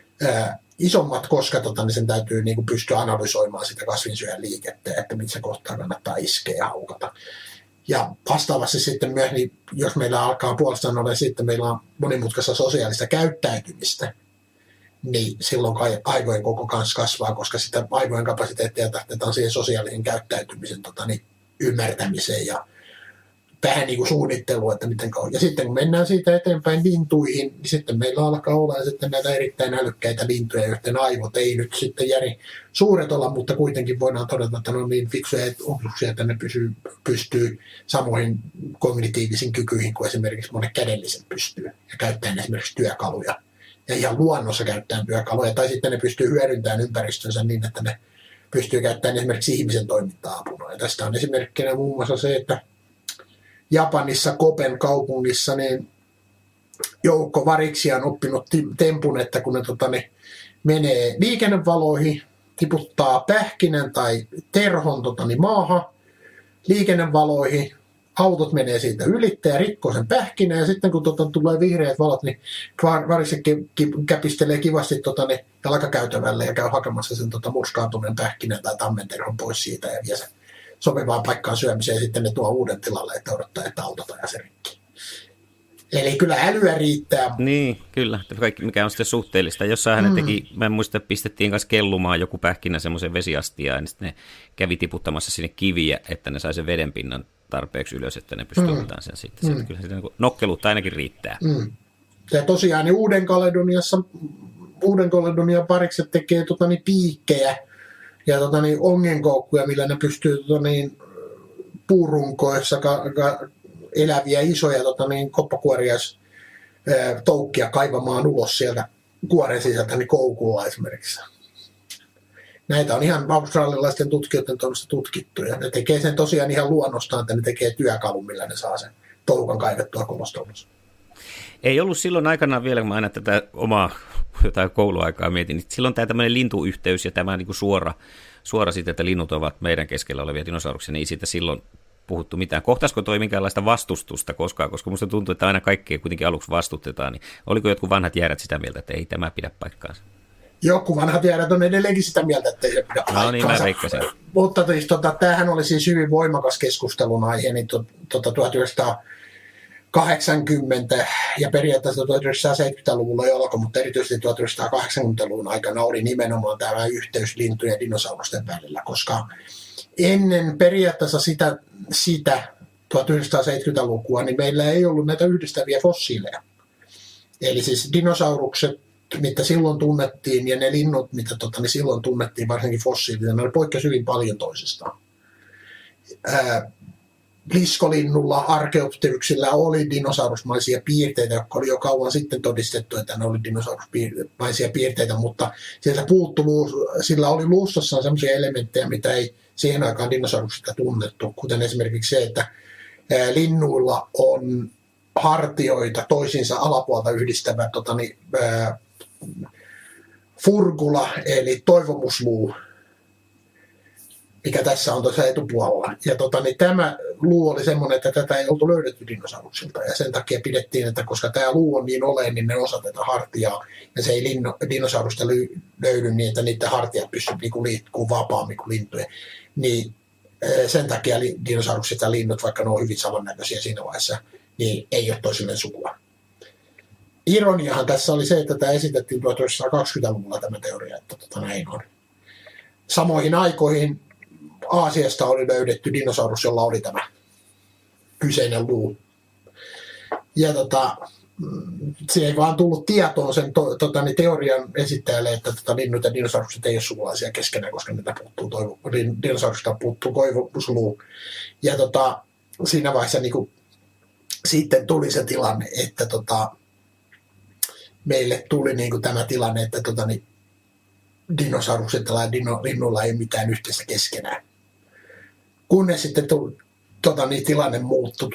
isommat, koska niin sen täytyy niin kuin pystyä analysoimaan sitä kasvinsyöjän liikettä, että missä kohtaa kannattaa iskeä ja haukata. Ja vastaavasti sitten myös, niin jos meillä alkaa puolestaan olla sitten meillä on monimutkaista sosiaalista käyttäytymistä, niin silloin aivojen koko kanssa kasvaa, koska sitä aivojen kapasiteettia tahdetaan siihen sosiaalisen käyttäytymisen ymmärtämiseen ja vähän niin kuin suunnittelua, että miten kauan. Ja sitten kun mennään siitä eteenpäin lintuihin, niin sitten meillä alkaa olla sitten näitä erittäin älykkäitä lintuja, joiden aivot ei nyt sitten järin suuret olla, mutta kuitenkin voidaan todeta, että ne on niin fiksuja ohjuksia, että ne pystyy samoihin kognitiivisiin kykyihin kuin esimerkiksi monet kädelliset pystyy ja käyttäen esimerkiksi työkaluja. Ja ihan luonnossa käyttäen työkaluja, tai sitten ne pystyy hyödyntämään ympäristönsä niin, että ne pystyy käyttämään esimerkiksi ihmisen toimintaa apuna. Ja tästä on esimerkkinä muun muassa se, että Japanissa Koben kaupungissa niin joukko variksia on oppinut tempun, että kun ne menee liikennevaloihin, tiputtaa pähkinän tai terhon maahan liikennevaloihin, autot menee siitä ylittä ja rikkoo sen pähkinän, ja sitten kun tulee vihreät valot, niin varikset käpistelee kivasti jalkakäytävälle ja käy hakemassa sen murskaantuneen pähkinän tai tammenterhon pois siitä ja vie sen sopivaan paikkaan syömiseen, ja sitten ne tuo uuden tilalle, että odottaa, että autot ajaa se rikki. Eli kyllä älyä riittää. Niin, kyllä. Kaikki, mikä on sitten suhteellista. Jossain hän teki, mä en muista, pistettiin kanssa kellumaan joku pähkinä semmoisen vesiastiaan, ja sitten ne kävi tiputtamassa sinne kiviä, että ne sai sen vedenpinnan tarpeeksi ylös, että ne pystyy ottamaan sen sitten. Kyllä sitä nokkeluutta ainakin riittää. Ja tosiaan niin Uuden-Kaledonian parikset tekee piikkejä ja ongenkoukkuja, millä ne pystyy puurunkoissa eläviä isoja koppakuoriaistoukkia kaivamaan ulos sieltä kuoren sisältä koukulla esimerkiksi. Näitä on ihan australialaisten tutkijoiden toimesta tutkittuja. Ne tekee sen tosiaan ihan luonnostaan, että ne tekee työkalun, millä ne saa sen toukan kaivettua kolosta ulos. Ei ollut silloin aikanaan vielä, kun mä aina tätä omaa jotain kouluaikaa mietin, niin silloin tämä tämmöinen lintuyhteys ja tämä niin kuin suora siitä, että linnut ovat meidän keskellä olevia dinosauruksia, niin ei siitä silloin puhuttu mitään. Kohtaisiko toi minkäänlaista vastustusta koskaan, koska musta tuntuu, että aina kaikkea kuitenkin aluksi vastustetaan, niin oliko jotkut vanhat jäärät sitä mieltä, että ei tämä pidä paikkaansa? Joku vanhat jäärät on edelleenkin sitä mieltä, että ei se pidä paikkaansa. No niin, mä veikkasin. Mutta tämähän oli siis hyvin voimakas keskustelun aihe, niin 1980 ja periaatteessa 1970-luvulla jo alkoi, mutta erityisesti 1980-luvun aikana oli nimenomaan tämä yhteys lintujen ja dinosaurusten välillä, koska ennen periaatteessa sitä 1970-lukua, niin meillä ei ollut näitä yhdistäviä fossiileja. Eli siis dinosaurukset, mitä silloin tunnettiin, ja ne linnut, mitä silloin tunnettiin, varsinkin fossiilisia, ne poikkesi hyvin paljon toisistaan. Liskolinnulla, arkeopteryksillä oli dinosaurusmaisia piirteitä, jotka oli jo kauan sitten todistettu, että ne oli dinosaurusmaisia piirteitä, mutta sieltä sillä oli luustossaan sellaisia elementtejä, mitä ei siihen aikaan dinosauruksista tunnettu, kuten esimerkiksi se, että linnuilla on hartioita toisiinsa alapuolta yhdistävä furgula, eli toivomusluu, mikä tässä on tuossa etupuolella. Ja tämä luu oli semmoinen, että tätä ei oltu löydetty dinosauruksilta. Ja sen takia pidettiin, että koska tämä luu on niin oleellinen, niin ne osa tätä hartiaa. Ja se ei dinosaurusta löydy niin, että niiden hartiat pystyy liikkuu vapaammin kuin lintujen. Niin sen takia dinosaurukset ja linnut, vaikka ne on hyvin samannäköisiä siinä vaiheessa, niin ei ole toisilleen sukua. Ironiahan tässä oli se, että tämä esitettiin 1920-luvulla tämä teoria, että näin on. Samoihin aikoihin Aasiasta oli löydetty dinosaurus, jolla oli tämä kyseinen luu. Ja se ei vaan tullut tietoon sen teorian esittäjälle, että linnut ja dinosaurukset ei ole sukulaisia keskenään, koska dinosauruksista puuttuu koivusluu. Ja siinä vaiheessa niin sitten tuli se tilanne, että meille tuli niin tämä tilanne, että dinosaurukset ja linnuilla ei ole mitään yhteistä keskenään. Kunnes sitten tilanne muuttui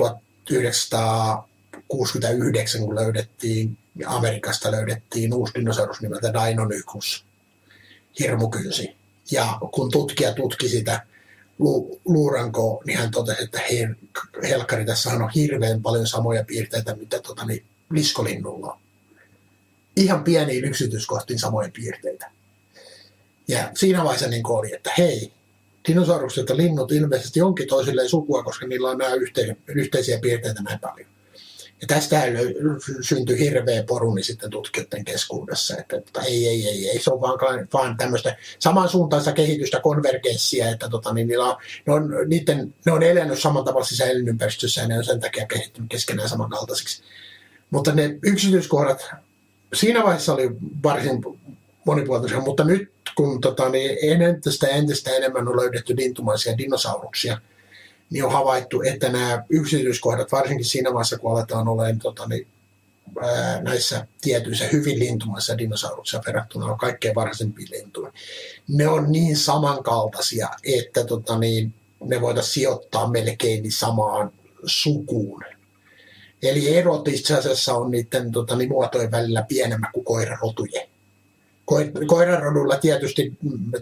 1969, kun Amerikasta löydettiin uusi dinosaurus nimeltä Deinonychus, hirmukynsi. Ja kun tutkija tutki sitä luurankoa, niin hän totesi, että helkkari, tässä on hirveän paljon samoja piirteitä, mitä liskolinnulla on. Ihan pieniin yksityiskohtiin samoja piirteitä. Ja siinä vaiheessa niin oli, että hei, dinosaurukset ja linnut ilmeisesti onkin toisilleen sukua, koska niillä on nämä yhteisiä piirteitä näin paljon. Ja tästä syntyi hirveä poruni sitten tutkijoiden keskuudessa, että ei, se on vaan tämmöistä samansuuntaista kehitystä, konvergenssia, että ne on elänyt samantapaisissa elinympäristössä ja ne on sen takia kehittynyt keskenään samankaltaisiksi. Mutta ne yksityiskohdat siinä vaiheessa oli varsin monipuolisia, mutta nyt kun entistä enemmän on löydetty lintumaisia dinosauruksia, niin on havaittu, että nämä yksityiskohdat, varsinkin siinä vaiheessa, kun aletaan olemaan näissä tietyissä hyvin lintumaisissa dinosauruksia verrattuna kaikkein varhaisempiin lintuihin, ne on niin samankaltaisia, että ne voitaisiin sijoittaa melkein samaan sukuun. Eli erot itse asiassa on niiden muotojen välillä pienemmät kuin koirarotujen. Koirarodulla tietysti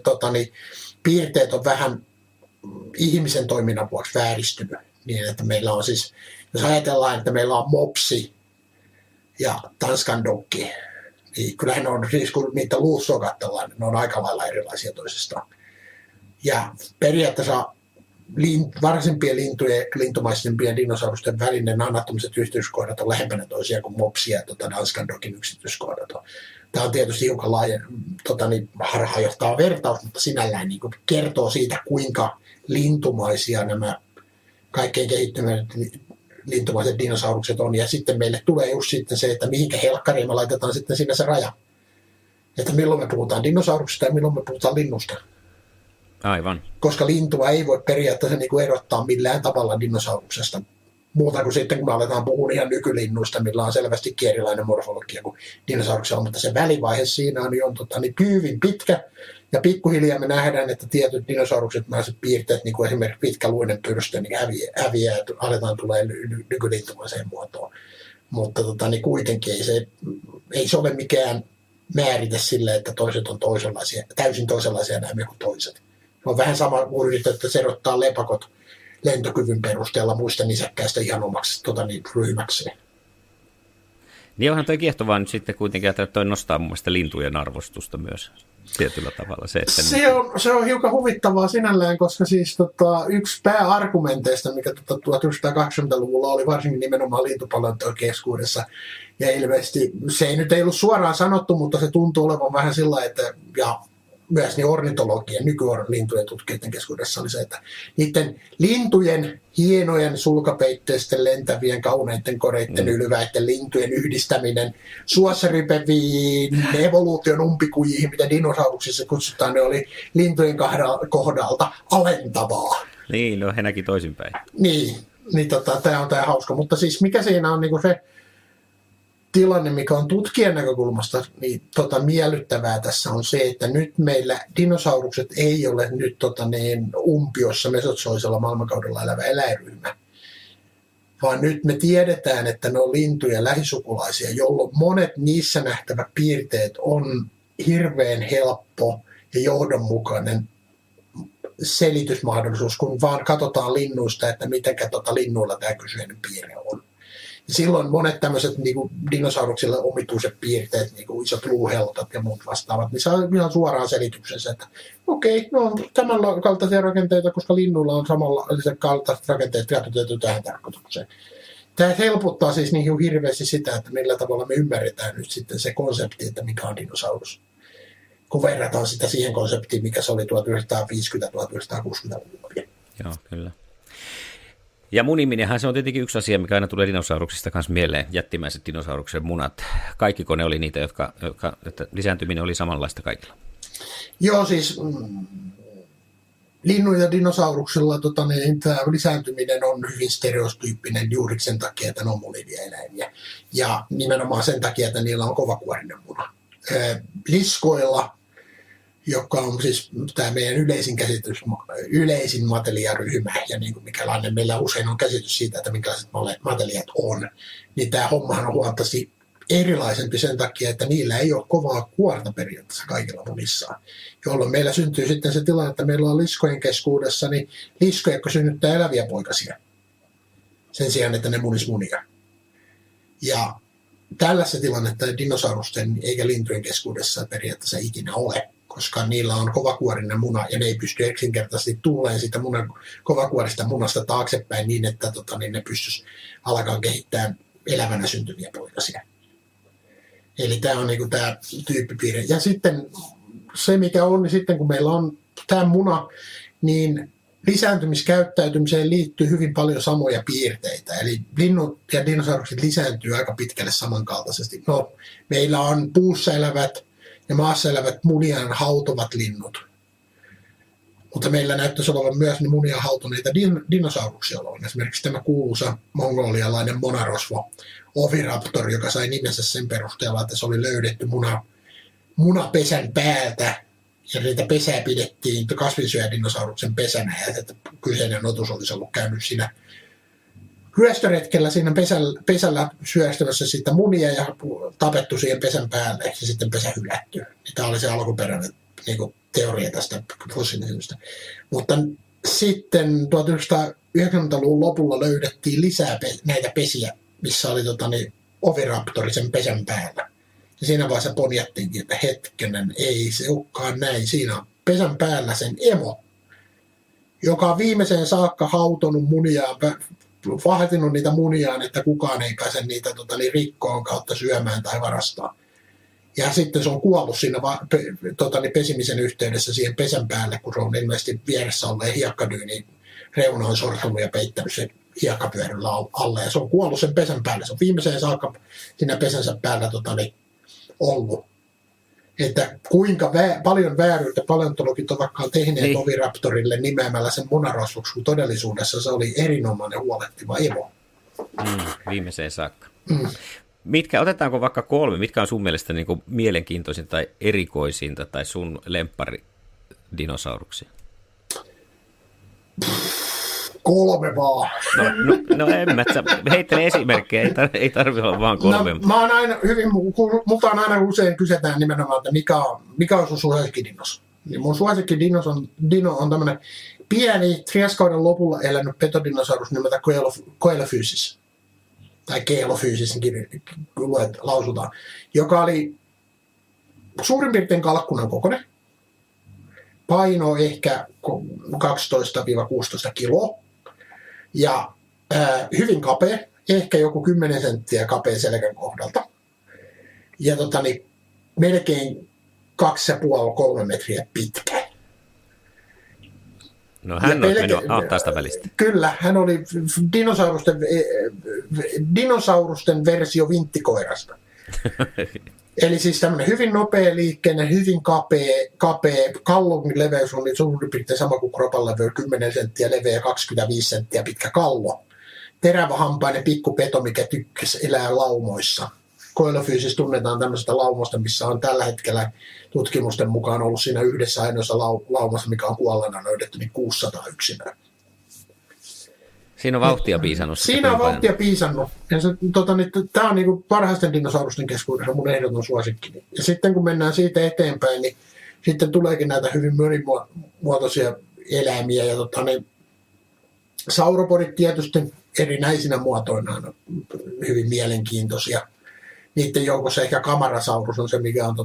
piirteet on vähän ihmisen toiminnan vuoksi vääristynyt. Niin, että meillä on siis, jos ajatellaan, että meillä on mopsi ja tanskan dokki, niin kyllähän ne on, siis kun niitä luussua katsellaan, ne on aika lailla erilaisia toisistaan. Ja periaatteessa varsimpien lintujen, lintumaisempien dinosaurusten välinen anatomiset yksityiskohdat on lähempänä toisia kuin mopsia ja tanskan dokin yksityiskohdat on. Tämä on tietysti hiukan laaja harhaanjohtava vertaus, mutta sinällään niin kuin kertoo siitä, kuinka lintumaisia nämä kaikkein kehittyneet lintumaiset dinosaurukset on. Ja sitten meille tulee just sitten se, että mihinkä helkkariin me laitetaan sitten siinä se raja. Että milloin me puhutaan dinosauruksista ja milloin me puhutaan linnusta. Aivan. Koska lintua ei voi periaatteessa niin kuin erottaa millään tavalla dinosauruksesta. Muuta kuin sitten, kun me aletaan puhua ihan nykylinnuista, millä on selvästi erilainen morfologia kuin dinosauruksella, mutta se välivaihe siinä on hyvin pitkä, ja pikkuhiljaa me nähdään, että tietyt dinosaurukset, piirteet, niin kuin esimerkiksi pitkäluinen pyrstö, niin häviää ja aletaan tulee nykylintumaiseen muotoon. Mutta kuitenkin ei se ole mikään määrite sille, että toiset on täysin toisenlaisia näemme kuin toiset. Se on vähän sama kuin yritetään erottaa lepakot lentokyvyn perusteella muista nisäkkäistä ihan omaksi ryhmäkseen. Niin onhan toi kiehtovaa nyt sitten kuitenkin, että toi nostaa mun mielestä lintujen arvostusta myös tietyllä tavalla. Se on hiukan huvittavaa sinällään, koska siis yksi pääargumenteista, mikä 1920-luvulla oli varsinkin nimenomaan lintupaleontojen keskuudessa, ja ilmeisesti se ei nyt ollut suoraan sanottu, mutta se tuntuu olevan vähän sillä, että myös niin ornitologien, nykylintujen tutkijoiden keskuudessa oli se, että niiden lintujen hienojen sulkapeitteisten lentävien kauneiden koreiden ylväiden lintujen yhdistäminen suossa rypeviin evoluution umpikujiin, mitä dinosauruksissa kutsutaan, ne oli lintujen kohdalta alentavaa. Niin, no he näki toisinpäin. Niin tämä on hauska, mutta siis mikä siinä on niin se tilanne, mikä on tutkijan näkökulmasta niin miellyttävää tässä on se, että nyt meillä dinosaurukset ei ole nyt umpiossa mesotsoisella maailmankaudella elävä eläinryhmä, vaan nyt me tiedetään, että ne on lintujen lähisukulaisia, jolloin monet niissä nähtävät piirteet on hirveän helppo ja johdonmukainen selitysmahdollisuus, kun vaan katsotaan linnuista, että mitenkä linnuilla tämä kyseinen piirre on. Ja silloin monet tämmöiset niin kuin dinosauruksille omituiset piirteet, niin kuin isot luuheltat ja muut vastaavat, niin saa ihan suoraan selityksensä, että okei, no on tämän kaltaisia rakenteita, koska linnuilla on samanlaiset kaltaiset rakenteet käytetty tähän tarkoitukseen. Tämä helpottaa siis niin hirveästi sitä, että millä tavalla me ymmärretään nyt sitten se konsepti, että mikä on dinosaurus. Kun verrataan sitä siihen konseptiin, mikä se oli 1950-1960-luvulla. Joo, kyllä. Ja muniminenhän se on tietenkin yksi asia, mikä aina tulee dinosauruksista kanssa mieleen, jättimäiset dinosauruksen munat. Kaikki ne oli niitä, että lisääntyminen oli samanlaista kaikilla. Joo, siis linnu- ja dinosauruksilla tämä lisääntyminen on hyvin stereotyyppinen juuri sen takia, että ne on munivia eläimiä. Ja nimenomaan sen takia, että niillä on kovakuorinen muna. Liskoilla, joka on siis tämä meidän yleisin mateliaryhmä, ja niin kuin mikälainen meillä usein on käsitys siitä, että minkälaiset matelijat on, niin tämä hommahan on huomattavasti erilaisempi sen takia, että niillä ei ole kovaa kuorta periaatteessa kaikilla munissaan, jolloin meillä syntyy sitten se tilanne, että meillä on liskojen keskuudessa, niin liskoja, jotka synnyttää eläviä poikasia, sen sijaan, että ne munis munia. Ja tällaista tilannetta dinosaurusten eikä lintujen keskuudessa periaatteessa ikinä ole, koska niillä on kovakuorinen muna ja ne ei pysty yksinkertaisesti tulleen siitä kovakuorista munasta taaksepäin niin, että niin ne pystyisi alkaa kehittämään elävänä syntyviä poikasia. Eli tämä on niinku tämä tyyppipiirre. Ja sitten se, mikä on, niin sitten kun meillä on tämä muna, niin lisääntymiskäyttäytymiseen liittyy hyvin paljon samoja piirteitä. Eli linnut ja dinosaurukset lisääntyy aika pitkälle samankaltaisesti. No, meillä on puussa elävät ja maassa elävät muniaan hautovat linnut. Mutta meillä näyttäisi olevan myös munia hautuneita dinosauruksia olevan. Esimerkiksi tämä kuuluisa mongolialainen monarosvo Oviraptor, joka sai nimensä sen perusteella, että se oli löydetty munapesän päältä. Ja niitä pesää pidettiin kasvinsyöjädinosauruksen pesänä, ja että kyseinen otus olisi ollut käynyt siinä hyöstöretkellä siinä pesällä syöstämässä sitä munia ja tapettu siihen pesän päälle, ja sitten pesä hylätty. Tämä oli se alkuperäinen niin kuin teoria tästä fossiilisesta. Mutta sitten 1990-luvun lopulla löydettiin lisää näitä pesiä, missä oli Oviraptori sen pesän päällä. Ja siinä vaiheessa ponjattiinkin, että hetkenen, ei se olekaan näin. Siinä on pesän päällä sen emo, joka on viimeiseen saakka hautonut muniaan, vahtinut niitä muniaan, että kukaan ei pääse niitä rikkoon kautta syömään tai varastaa. Ja sitten se on kuollut siinä pesimisen yhteydessä siihen pesän päälle, kun se on ilmeisesti vieressä olleen hiekkadyyni reuna on sortunut ja peittänyt sen hiekkapyöryllä alle. Ja se on kuollut sen pesän päälle. Se on viimeiseen saakka siinä pesänsä päällä ollut. Että kuinka paljon vääryyttä paleontologit ovat tehneet Oviraptorille nimeämällä sen monarosvoksi, kun todellisuudessa se oli erinomainen huolehtiva emo. Viimeiseen saakka. Otetaanko vaikka 3, mitkä on sun mielestä niin kuin mielenkiintoisinta tai erikoisinta tai sun lemppari-dinosauruksia? 3 vaan. No en mä, heittele esimerkkejä, ei tarvitse olla vaan 3. No, mä oon aina multa on aina usein kysytään nimenomaan, että mikä on sun suosikkidinos. Ja mun suosikkidino on tämmönen pieni triaskauden lopulla elänyt petodinosaurus nimeltä Coelophysis. Tai Coelophysis lausutaan. Joka oli suurin piirtein kalkkunan kokoinen. Paino ehkä 12-16 kiloa. Ja hyvin kapea, ehkä joku 10 senttiä kapea selkän kohdalta. Ja melkein 2,5-3 metriä pitkä. No hän on mennyt tästä välistä. Kyllä, hän oli dinosaurusten versio vinttikoirasta. Eli siis tämmöinen hyvin nopea liikkeinen, hyvin kapea kallon leveys on suurin piirtein sama kuin kropan leveys, 10 senttiä leveä ja 25 senttiä pitkä kallo. Terävähampainen pikkupeto, mikä tykkäsi elää laumoissa. Coelophysis tunnetaan tämmöisestä laumosta, missä on tällä hetkellä tutkimusten mukaan ollut siinä yhdessä ainoassa laumassa, mikä on kuolleena löydetty, niin 600 yksilöä. Siinä on vauhtia piisannut. Siinä on vauhtia piisannut. Tämä on niinku parhaisten dinosaurusten keskuudessa mun ehdoton suosikki. Ja sitten kun mennään siitä eteenpäin, niin sitten tuleekin näitä hyvin monimuotoisia eläimiä. Ja sauropodit tietysti, erinäisinä muotoinaan hyvin mielenkiintoisia. Niiden joukossa ehkä Camarasaurus on se, mikä on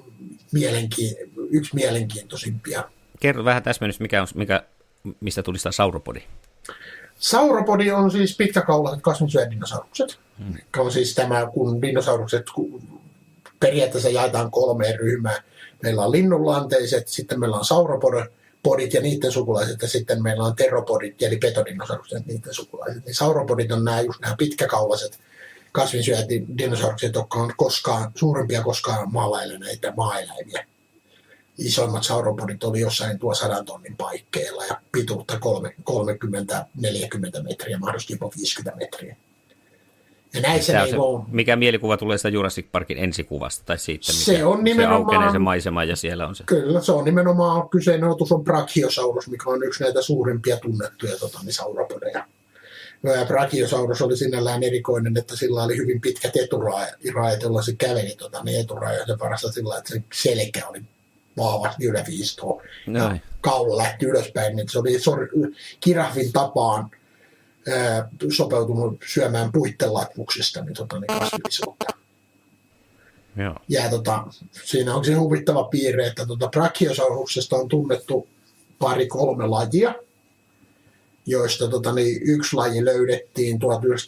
yksi mielenkiintoisimpia. Kerro vähän täsmennys, mistä tuli sitä sauropodi? Sauropodi on siis pitkäkaulaiset kasvinsyödinosaurukset. On siis tämä, kun dinosaurukset periaatteessa jaetaan 3 ryhmään. Meillä on linnunlanteiset, sitten meillä on sauropodit ja niiden sukulaiset, ja sitten meillä on teropodit, eli petodinosaurukset, niiden sukulaiset. Niin sauropodit on just nämä pitkäkaulaiset kasvinsyödinosaurukset, jotka on suurimpia koskaan maalla eläneitä maaeläimiä. Isoimmat sauropodit oli jossain 100 tonnin paikkeilla ja pituutta 30-40 metriä, mahdollisesti jopa 50 metriä. Ja mikä mielikuva tulee sitä Jurassic Parkin ensikuvasta? Tai siitä, se on nimenomaan, aukenee se maisema ja siellä on se. Kyllä, se on nimenomaan kyseinen otus on Brachiosaurus, mikä on yksi näitä suurimpia tunnettuja sauropodeja. Brachiosaurus oli sinällään erikoinen, että sillä oli hyvin pitkät eturaajat, jolla se käveli eturaajat parasta sillä, että se selkä oli vahvasti yläviistoa. Ja kaula lähti ylöspäin, niin se oli kirahvin tapaan sopeutunut syömään puitten latvuksista niin kasvillisuutta. Ja siinä on se huvittava piirre, että Brachiosauruksesta on tunnettu 2-3 lajia, joista yksi laji löydettiin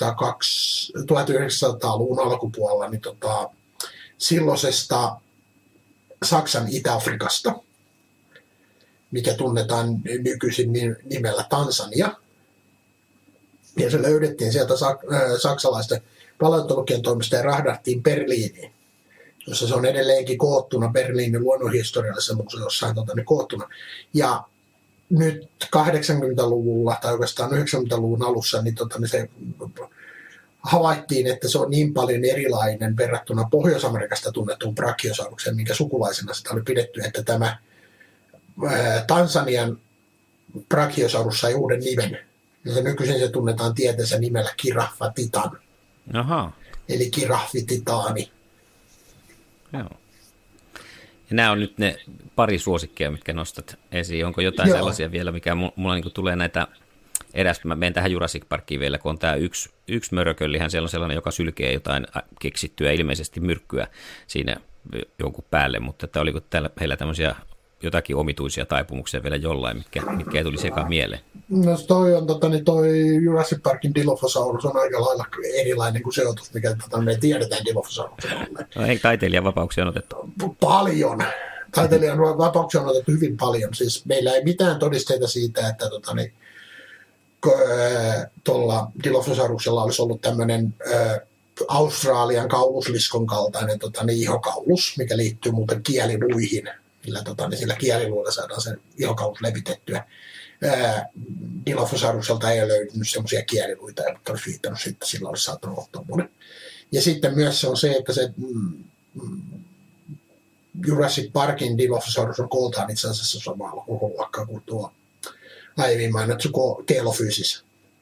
1900-luvun alkupuolella niin silloisesta Saksan Itä-Afrikasta, mikä tunnetaan nykyisin nimellä Tansania. Ja se löydettiin sieltä saksalaisten paleontologien toimesta ja rahdattiin Berliiniin, jossa se on edelleenkin koottuna Berliinin luonnonhistoriallisessa museossa koottuna. Ja nyt 80-luvulla tai oikeastaan 90-luvun alussa niin se havaittiin, että se on niin paljon erilainen verrattuna Pohjois-Amerikasta tunnettuun Brachiosaurukseen, minkä sukulaisena sitä oli pidetty, että tämä Tansanian Brachiosaurus sai uuden nimen. Ja nykyisin se tunnetaan tieteessä nimellä Giraffa titan. Aha. Eli giraffititaani. Joo. Ja nämä on nyt ne pari suosikkia, mitkä nostat esiin. Onko jotain sellaisia vielä, mikä mulla niin tulee näitä erästä? Mä menen tähän Jurassic Parkiin vielä, kun on tämä yksi mörököllihän, siellä on sellainen, joka sylkee jotain keksittyä ilmeisesti myrkkyä siinä jonkun päälle, mutta että oliko heillä tämmöisiä jotakin omituisia taipumuksia vielä jollain, mitkä ei tuli sekaan mieleen? No toi Jurassic Parkin Dilophosaurus on aika lailla erilainen kuin se otus, mikä me tiedetään Dilophosauruksen olleen. No, ei taiteilijan vapauksia on otettu? Paljon. Taiteilijan vapauksia on otettu hyvin paljon. Siis meillä ei mitään todisteita siitä, että tuolla Dilophosauruksella olisi ollut tämmöinen Australian kaulusliskon kaltainen ihokaulus, mikä liittyy muuten kieliluihin. Sillä kieliluilla saadaan se ihokaulus levitettyä. Dilophosaurukselta ei ole löytynyt semmoisia kieliluita, jotka olisi viittannut, että sillä olisi saattanut olla tuommoinen. Ja sitten myös se on se, että se Jurassic Parkin Dilophosaurus on kooltaan itse asiassa samalla koko luokkaa kuin tuo aiemmin mainittu Kelophysis.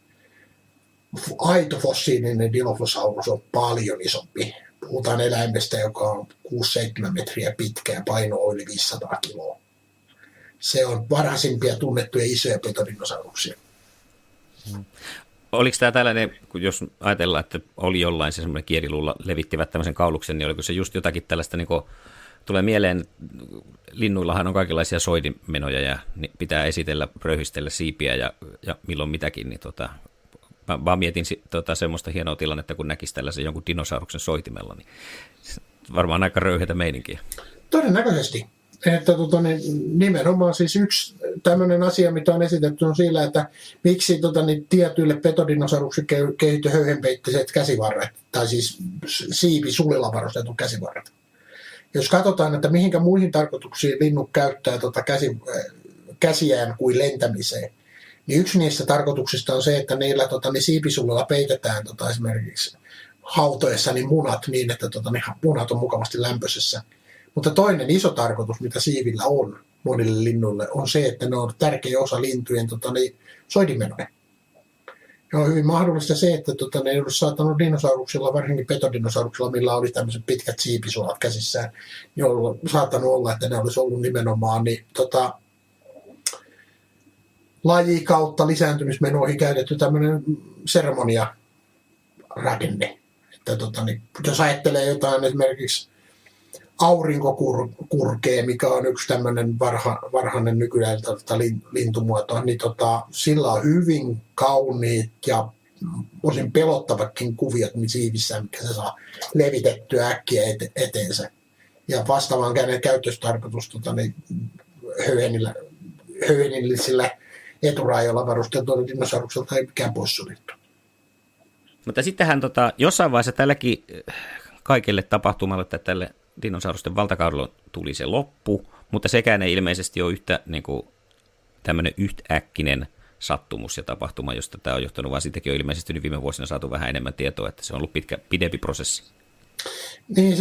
Aito fossiilinen Dilophosaurus on paljon isompi. Puhutaan eläimestä, joka on 6-7 metriä pitkä ja paino yli 500 kiloa. Se on varhaisimpia tunnettuja isoja petodinosauruksia. Oliko tämä tällainen, jos ajatellaan, että oli jollain se semmoinen kieliluulla levittivät tämmöisen kauluksen, niin oliko se just jotakin tällaista, niin kuin, tulee mieleen, linnuillahan on kaikenlaisia soidimenoja ja pitää esitellä, röyhistellä siipiä ja milloin mitäkin, niin mä vaan mietin semmoista hienoa tilannetta, kun näkisi tällaisen jonkun dinosauruksen soitimella, niin varmaan aika röyheitä meininkiä. Todennäköisesti. Että nimenomaan siis yksi tämmöinen asia, mitä on esitetty, on sillä, että miksi tietyille petodinosaurukset kehittyi höyhenpeitteiset käsivarret, tai siis siipisulilla varustetut käsivarret. Jos katsotaan, että mihinkä muihin tarkoituksiin linnut käyttää käsiään kuin lentämiseen, niin yksi niistä tarkoituksista on se, että niillä siipisulilla peitetään esimerkiksi hautoessa niin munat niin, että munat on mukavasti lämpöisessä. Mutta toinen iso tarkoitus, mitä siivillä on monille linnuille, on se, että ne on tärkeä osa lintujen soidimenoja. Ja on hyvin mahdollista se, että ne ei olisi saattanut dinosauruksilla, varsinkin petodinosaurukilla, millä oli tämmöiset pitkät siipisulat käsissään, niin on saattanut olla, että ne olisi ollut nimenomaan laji kautta lisääntymismenoihin käytetty tämmöinen seremoniarakenne. Että jos ajattelee jotain esimerkiksi aurinkokurkea, mikä on yksi tämmöinen varhainen nykyään lintumuoto, niin sillä on hyvin kauniit ja osin pelottavakin kuviot siivissä, mikä se saa levitettyä äkkiä eteensä. Ja vastaavan käyttöstarkoitus höyhenillisillä eturaajoilla varusteltu dinosaurukselta ei mikään pois suljettu. Mutta sittenhän jossain vaiheessa tälläkin kaikille tapahtumalle, että tälle dinosaurusten valtakaudella tuli se loppu, mutta sekään ei ilmeisesti ole yhtä niin kuin, tämmöinen yhtäkkinen sattumus ja tapahtuma, josta tämä on johtanut, vaan siitäkin on ilmeisesti nyt viime vuosina saatu vähän enemmän tietoa, että se on ollut pidempi prosessi. Niin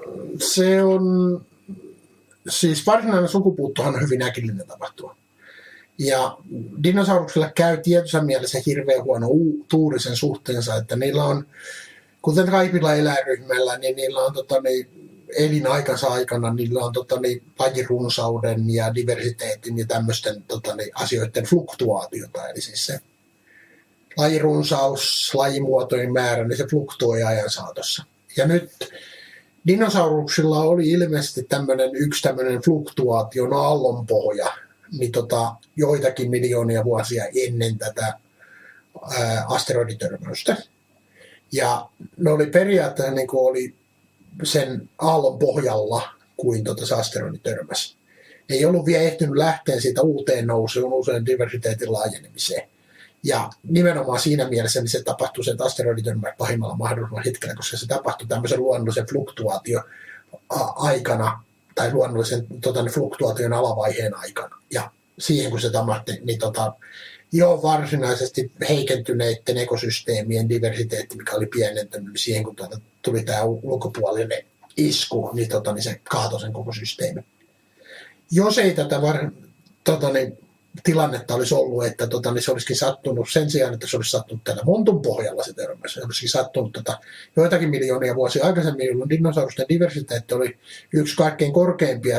siis varsinainen sukupuuttohan on hyvin äkillinen tapahtuma. Ja dinosauruksilla käy tietyssä mielessä hirveän huono tuuri sen suhteensa, että niillä on, kuten kaikilla eläinryhmällä, niin niillä on elinaikansa aikana, niillä on lajirunsauden ja diversiteetin ja tämmöisten asioiden fluktuaatiota. Eli siis se lajirunsaus, lajimuotojen määrä, niin se fluktuoi ajan saatossa. Ja nyt dinosauruksilla oli ilmeisesti yksi tämmöinen fluktuaation aallonpohja, niin joitakin miljoonia vuosia ennen tätä asteroiditörmäystä. Ja ne oli periaatteessa niin kuin oli sen aallon pohjalla, kuin se asteroidi törmäsi. Ei ollut vielä ehtinyt lähteä siitä uuteen nousuun, uusien diversiteetin laajenemiseen. Ja nimenomaan siinä mielessä niin se tapahtui se asteroidi törmäsi pahimmalla mahdollisella hetkellä, koska se tapahtui tämmöisen luonnollisen fluktuaation aikana, tai luonnollisen fluktuaation alavaiheen aikana. Ja siihen kun se tapahti, niin jo varsinaisesti heikentyneiden ekosysteemien diversiteetti, mikä oli pienentynyt, niin siihen kun tuli tämä ulkopuolinen isku, niin, niin se kaatoi sen koko systeemi. Jos ei tätä tilannetta olisi ollut, että niin se olisikin sattunut sen sijaan, että se olisi sattunut täällä Montun pohjalla se törmäys. Se olisikin sattunut joitakin miljoonia vuosia aikaisemmin, jolloin dinosaurusten diversiteetti oli yksi kaikkein korkeimpia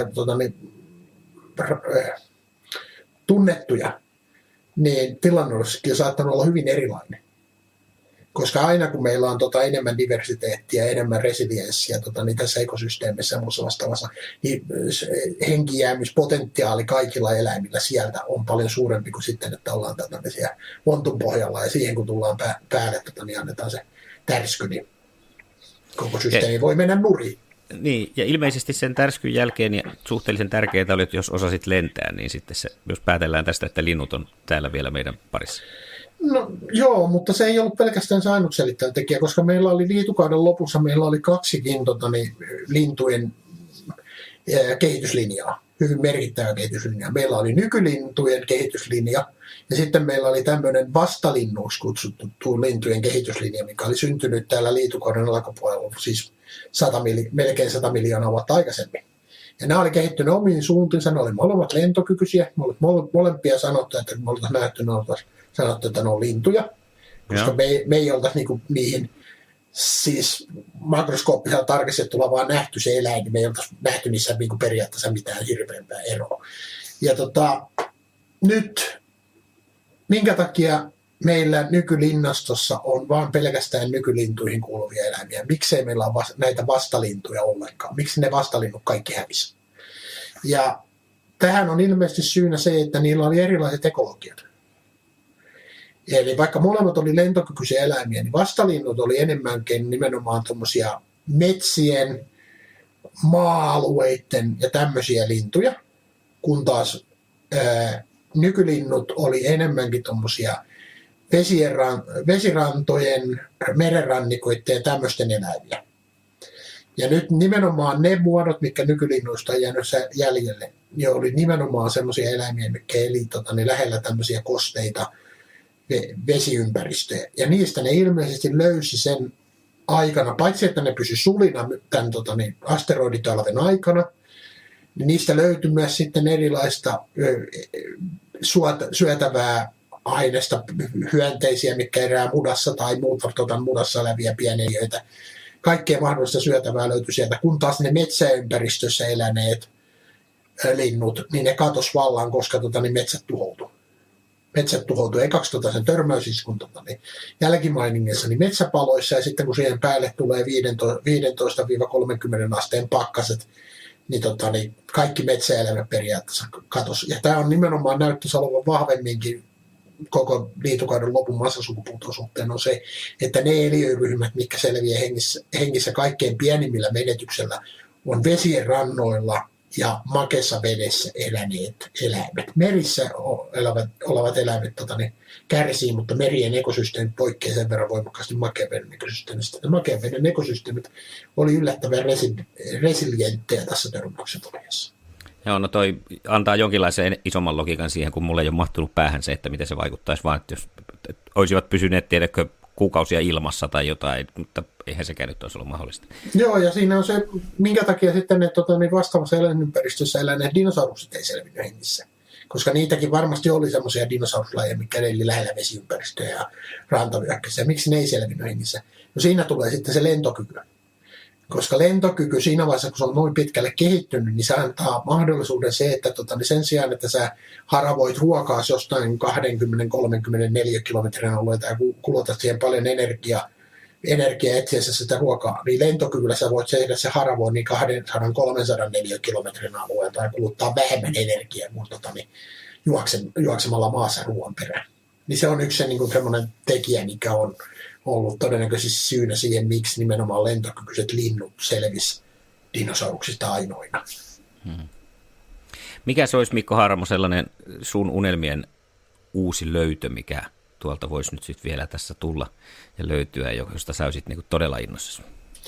tunnettuja, niin tilanne olisi saattanut olla hyvin erilainen. Koska aina kun meillä on enemmän diversiteettiä, enemmän resilienssiä niin tässä ekosysteemissä ja muussa vastaavassa, niin henkijäämispotentiaali kaikilla eläimillä sieltä on paljon suurempi kuin sitten, että ollaan siellä Montun pohjalla ja siihen kun tullaan päälle, niin annetaan se tärsky, niin koko systeemi voi mennä nurin. Niin, ja ilmeisesti sen tärskyn jälkeen ja suhteellisen tärkeää oli, että jos osasit lentää, niin sitten se, jos päätellään tästä, että linnut on täällä vielä meidän parissa. No joo, mutta se ei ollut pelkästään se ainut selittävä tekijä, koska meillä oli liitukauden lopussa, meillä oli kaksikin lintujen kehityslinjaa, hyvin merkittävä kehityslinja. Meillä oli nykylintujen kehityslinja ja sitten meillä oli tämmöinen vastalinnuksi kutsuttu lintujen kehityslinja, mikä oli syntynyt täällä liitukauden alkupuolella, siis melkein 100 miljoonaa vuotta aikaisemmin. Ja nämä oli kehittynyt omiin suuntiinsa, ne oli molemmat lentokykyisiä, molempia sanottu, että me oltaisiin nähty, sanottu, että ne on lintuja, koska me ei oltaisi niihin siis makroskooppisella tarkistettuna vaan nähty se eläin, niin me ei oltaisi nähty niissä periaatteessa mitään hirveämpää eroa. Ja nyt, minkä takia meillä nykylinnastossa on vaan pelkästään nykylintuihin kuuluvia eläimiä? Miksei meillä ole näitä vastalintuja ollenkaan? Miksi ne vastalinnut kaikki hävisi? Ja tähän on ilmeisesti syynä se, että niillä oli erilaiset ekologiat. Eli vaikka molemmat oli lentokykyisiä eläimiä, niin vastalinnut oli enemmänkin nimenomaan tuommoisia metsien, maa-alueiden ja tämmöisiä lintuja, kun taas nykylinnut oli enemmänkin tuommoisia vesirantojen, merenrannikoiden ja tämmöisten eläimiä. Ja nyt nimenomaan ne muodot, mitkä nykylinnuista on jäänyt jäljelle, niin oli nimenomaan semmoisia eläimiä, mitkä eli lähellä tämmöisiä kosteita, vesiympäristöjä. Ja niistä ne ilmeisesti löysi sen aikana, paitsi että ne pysyi sulina tämän asteroiditalven aikana, niin niistä löytyi myös sitten erilaista syötävää aineesta, hyönteisiä, mitkä erää mudassa tai muuta mudassa eläviä pienelijöitä. Kaikkea mahdollista syötävää löytyi sieltä, kun taas ne metsäympäristössä eläneet linnut, niin ne katosi vallan, koska niin metsät tuhoutuivat. metsät tuhoutui ekaksi sen törmäysiskun jälkimainingeissa niin metsäpaloissa, ja sitten kun siihen päälle tulee 15-30 asteen pakkaset, niin, niin kaikki metsäelämät periaatteessa katosi. Ja tämä on nimenomaan näyttäisi olevan vahvemminkin koko liitokauden lopun massasukupuuton suhteen on se, että ne eliöryhmät, mitkä selviää hengissä kaikkein pienimmillä menetyksellä, on vesien rannoilla ja makeassa vedessä eläneet eläimet. Merissä olevat eläimet kärsii, mutta merien ekosysteemit poikkeaa sen verran voimakkaasti makean veden ekosysteemistä. Makean veden ekosysteemit oli yllättävän resilienttejä tässä törmäyksen vaiheessa. Joo, no toi antaa jonkinlaisen isomman logiikan siihen, kun mulle ei ole mahtunut päähän se, että miten se vaikuttaisi, vaan että jos olisivat pysyneet, tiedätkö, kuukausia ilmassa tai jotain, mutta eihän sekään nyt olisi ollut mahdollista. Joo, ja siinä on se, minkä takia sitten ne vastaavassa eläinympäristössä eläneet dinosaurukset ei selvinnyt hengissä. Koska niitäkin varmasti oli semmoisia dinosauruslajeja, mitkä eli lähellä vesiympäristöä ja rantavyöhykkeessä. Miksi ne ei selvinnyt hengissä? No siinä tulee sitten se lentokyky. Koska lentokyky siinä vaiheessa, kun se on noin pitkälle kehittynyt, niin se antaa mahdollisuuden se, että niin sen sijaan, että sä haravoit ruokaa jostain 20-34 kilometrin alueelta ja kulutat siihen paljon energiaa etsiessä sitä ruokaa, niin lentokyvyllä sä voit tehdä se haravoin niin 200-304 kilometrin alueelta ja kuluttaa vähemmän energiaa kuin niin juoksemalla maassa ruoan perään. Niin se on yksi se, niin semmoinen tekijä, mikä on ollut todennäköisesti syynä siihen, miksi nimenomaan lentokykyiset linnut selvisi dinosauruksista ainoina. Mikä se olisi, Mikko Haaramo, sellainen sun unelmien uusi löytö, mikä tuolta voisi nyt sitten vielä tässä tulla ja löytyä, josta sä olisit niin todella innossasi?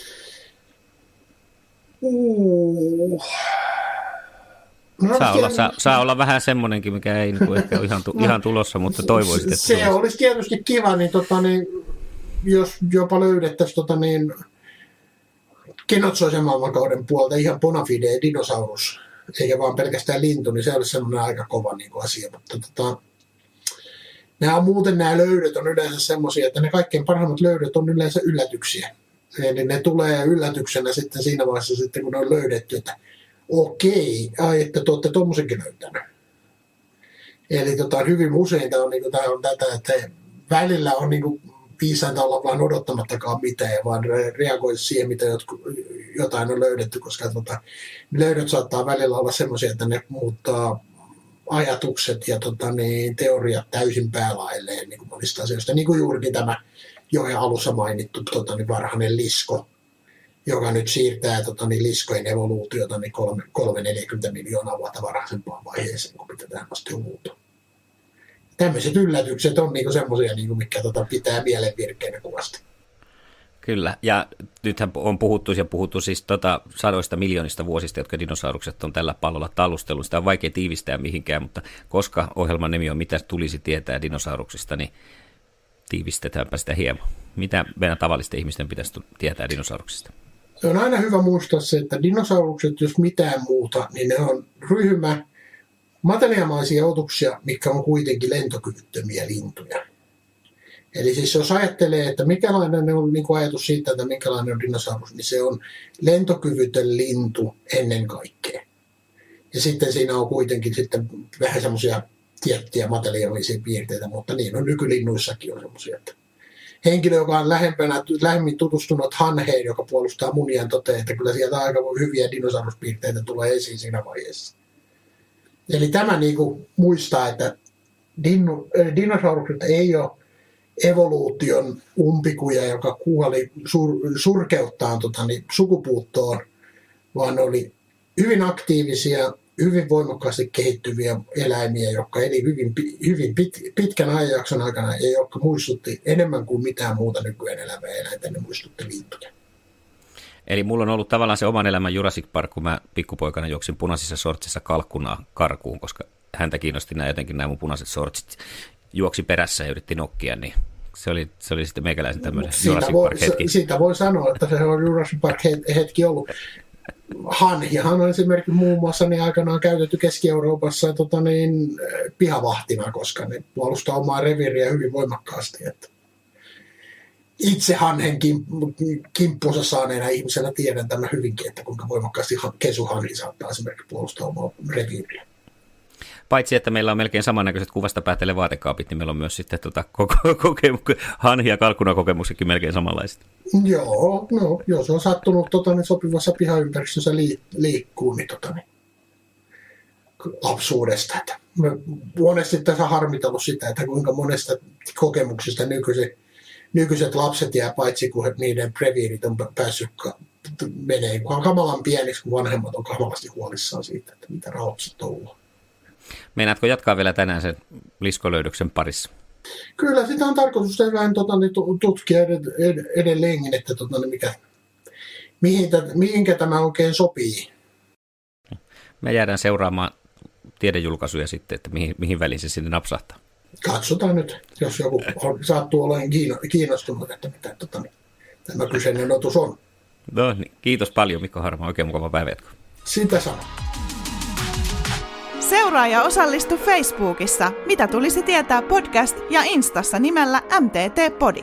Saa olla vähän semmoinenkin, mikä ei niin ehkä ole ihan tulossa, mutta toivoisit, että se olisi tietysti kiva, niin, jos jopa löydettäisiin kenotsoisen maailmankauden puolta ihan bona fide dinosaurus, eikä vaan pelkästään lintu, niin se olisi semmoinen aika kova niin kuin asia. Mutta nämä löydöt on yleensä semmoisia, että ne kaikkein parhaimmat löydöt on yleensä yllätyksiä. Eli ne tulee yllätyksenä sitten siinä vaiheessa, sitten, kun ne on löydetty, että okei, että te olette tommosenkin löytänyt. Eli hyvin usein tämä on tätä, että välillä on niin viisainta olla vaan odottamattakaan mitään ja vaan reagoida siihen, mitä jotain on löydetty, koska löydöt saattaa välillä olla semmoisia, että ne muuttaa ajatukset ja teoriat täysin päälailleen niin monista asioista. Niin kuin juurikin tämä jo alussa mainittu varhainen lisko, joka nyt siirtää liskojen evoluutiota 340 miljoonaa vuotta varhaisempaan vaiheeseen, kuin mitä tähän asti on muuta. Tämmöiset yllätykset on semmoisia, mitkä pitää mielen virkeänä kuvasti. Kyllä, ja nythän on puhuttu siis sadoista miljoonista vuosista, jotka dinosaurukset on tällä pallolla tallustellut. Sitä on vaikea tiivistää mihinkään, mutta koska ohjelman nimi on Mitä tulisi tietää dinosauruksista, niin tiivistetäänpä sitä hieman. Mitä meidän tavallisten ihmisten pitäisi tietää dinosauruksista? Se on aina hyvä muistaa se, että dinosaurukset, jos mitään muuta, niin ne on ryhmä materiaamaisia otuksia, mitkä on kuitenkin lentokyvyttömiä lintuja. Eli siis jos ajattelee, että mikälainen on niin kuin ajatus siitä, että minkälainen on dinosaurus, niin se on lentokyvytön lintu ennen kaikkea. Ja sitten siinä on kuitenkin sitten vähän semmoisia tiettyjä materiaalisia piirteitä, mutta niin on nykylinnuissakin on semmoisia, että henkilö, joka on lähemmin tutustunut hanheen, joka puolustaa muniaan, toteaa, että kyllä sieltä aika hyviä dinosauruspiirteitä tulee esiin siinä vaiheessa. Eli tämä niin kuin muistaa, että dinosaurukset ei ole evoluution umpikuja, joka kuoli surkeuttaan sukupuuttoon, vaan oli hyvin aktiivisia, hyvin voimakkaasti kehittyviä eläimiä, jotka eli hyvin pitkän ajanjakson aikana ja jotka muistutti enemmän kuin mitään muuta nykyään elävää eläintä, ne muistutti lintuja. Eli mulla on ollut tavallaan se oman elämän Jurassic Park, kun mä pikkupoikana juoksin punaisissa sortsissa kalkkunaa karkuun, koska häntä kiinnosti nämä mun punaiset sortsit. Juoksi perässä ja yritti nokkia, niin se oli sitten meikäläisen tämmöinen Jurassic Park-hetki. Siitä voi sanoa, että se on Jurassic Park-hetki ollut. Hanhihan on esimerkiksi muun muassa niin aikanaan käytetty Keski-Euroopassa pihavahtina, koska ne puolustaa omaa reviiriä hyvin voimakkaasti. Että itse hanhen kimppuunsa saaneena ihmisenä tiedän tämän hyvinkin, että kuinka voimakkaasti kesuhanhi saattaa esimerkiksi puolustaa omaa reviiriä. Paitsi, että meillä on melkein samannäköiset kuvasta päätellen vaatekaapit, niin meillä on myös sitten hanhi- ja kalkkunakokemuksetkin melkein samanlaiset. Joo, no, jos on sattunut niin sopivassa pihaympäristössä liikkuu, niin lapsuudesta. Että monesti tässä on harmitellut sitä, että kuinka monesta kokemuksista nykyiset lapset jää paitsi, kun niiden reviirit on päässyt menee kamalan pieniksi, kun vanhemmat on kamalasti huolissaan siitä, että mitä lapset touhuu. Meinaatko jatkaa vielä tänään sen liskolöydöksen parissa? Kyllä, sitä on tarkoitus tutkia edelleenkin, että mihinkä tämä oikein sopii. Me jäädään seuraamaan tiedejulkaisuja sitten, että mihin väliin se sinne napsahtaa. Katsotaan nyt, jos joku sattuu olemaan kiinnostunut, että mitä tämä kyseinen otus on. No niin, kiitos paljon Mikko Harma, oikein mukava päivä. Sitä sanoo. Seuraa ja osallistu Facebookissa Mitä tulisi tietää podcast ja Instassa nimellä MTT-podi.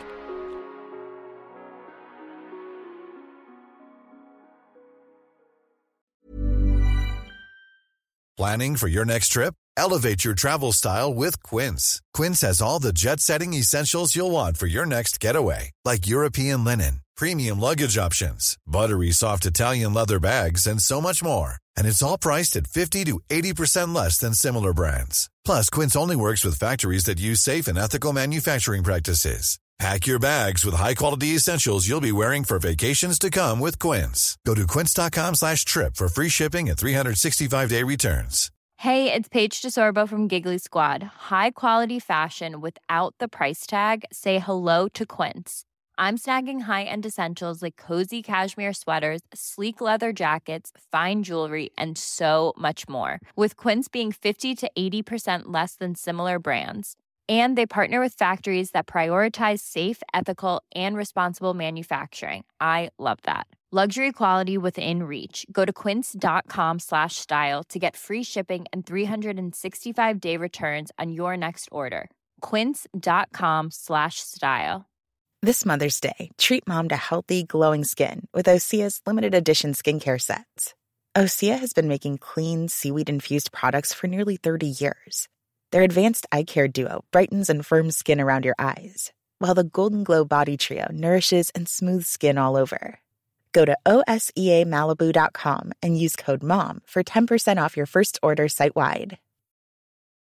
Planning for your next trip? Elevate your travel style with Quince. Quince has all the jet-setting essentials you'll want for your next getaway, like European linen, premium luggage options, buttery soft Italian leather bags, and so much more. And it's all priced at 50 to 80% less than similar brands. Plus, Quince only works with factories that use safe and ethical manufacturing practices. Pack your bags with high-quality essentials you'll be wearing for vacations to come with Quince. Go to quince.com/trip for free shipping and 365-day returns. Hey, it's Paige DeSorbo from Giggly Squad. High quality fashion without the price tag. Say hello to Quince. I'm snagging high-end essentials like cozy cashmere sweaters, sleek leather jackets, fine jewelry, and so much more. With Quince being 50 to 80% less than similar brands. And they partner with factories that prioritize safe, ethical, and responsible manufacturing. I love that. Luxury quality within reach. Go to quince.com/style to get free shipping and 365-day returns on your next order. Quince.com/style. This Mother's Day, treat mom to healthy, glowing skin with Osea's limited edition skincare sets. Osea has been making clean, seaweed-infused products for nearly 30 years. Their advanced eye care duo brightens and firms skin around your eyes, while the Golden Glow Body Trio nourishes and smooths skin all over. Go to OSEAMalibu.com and use code MOM for 10% off your first order site-wide.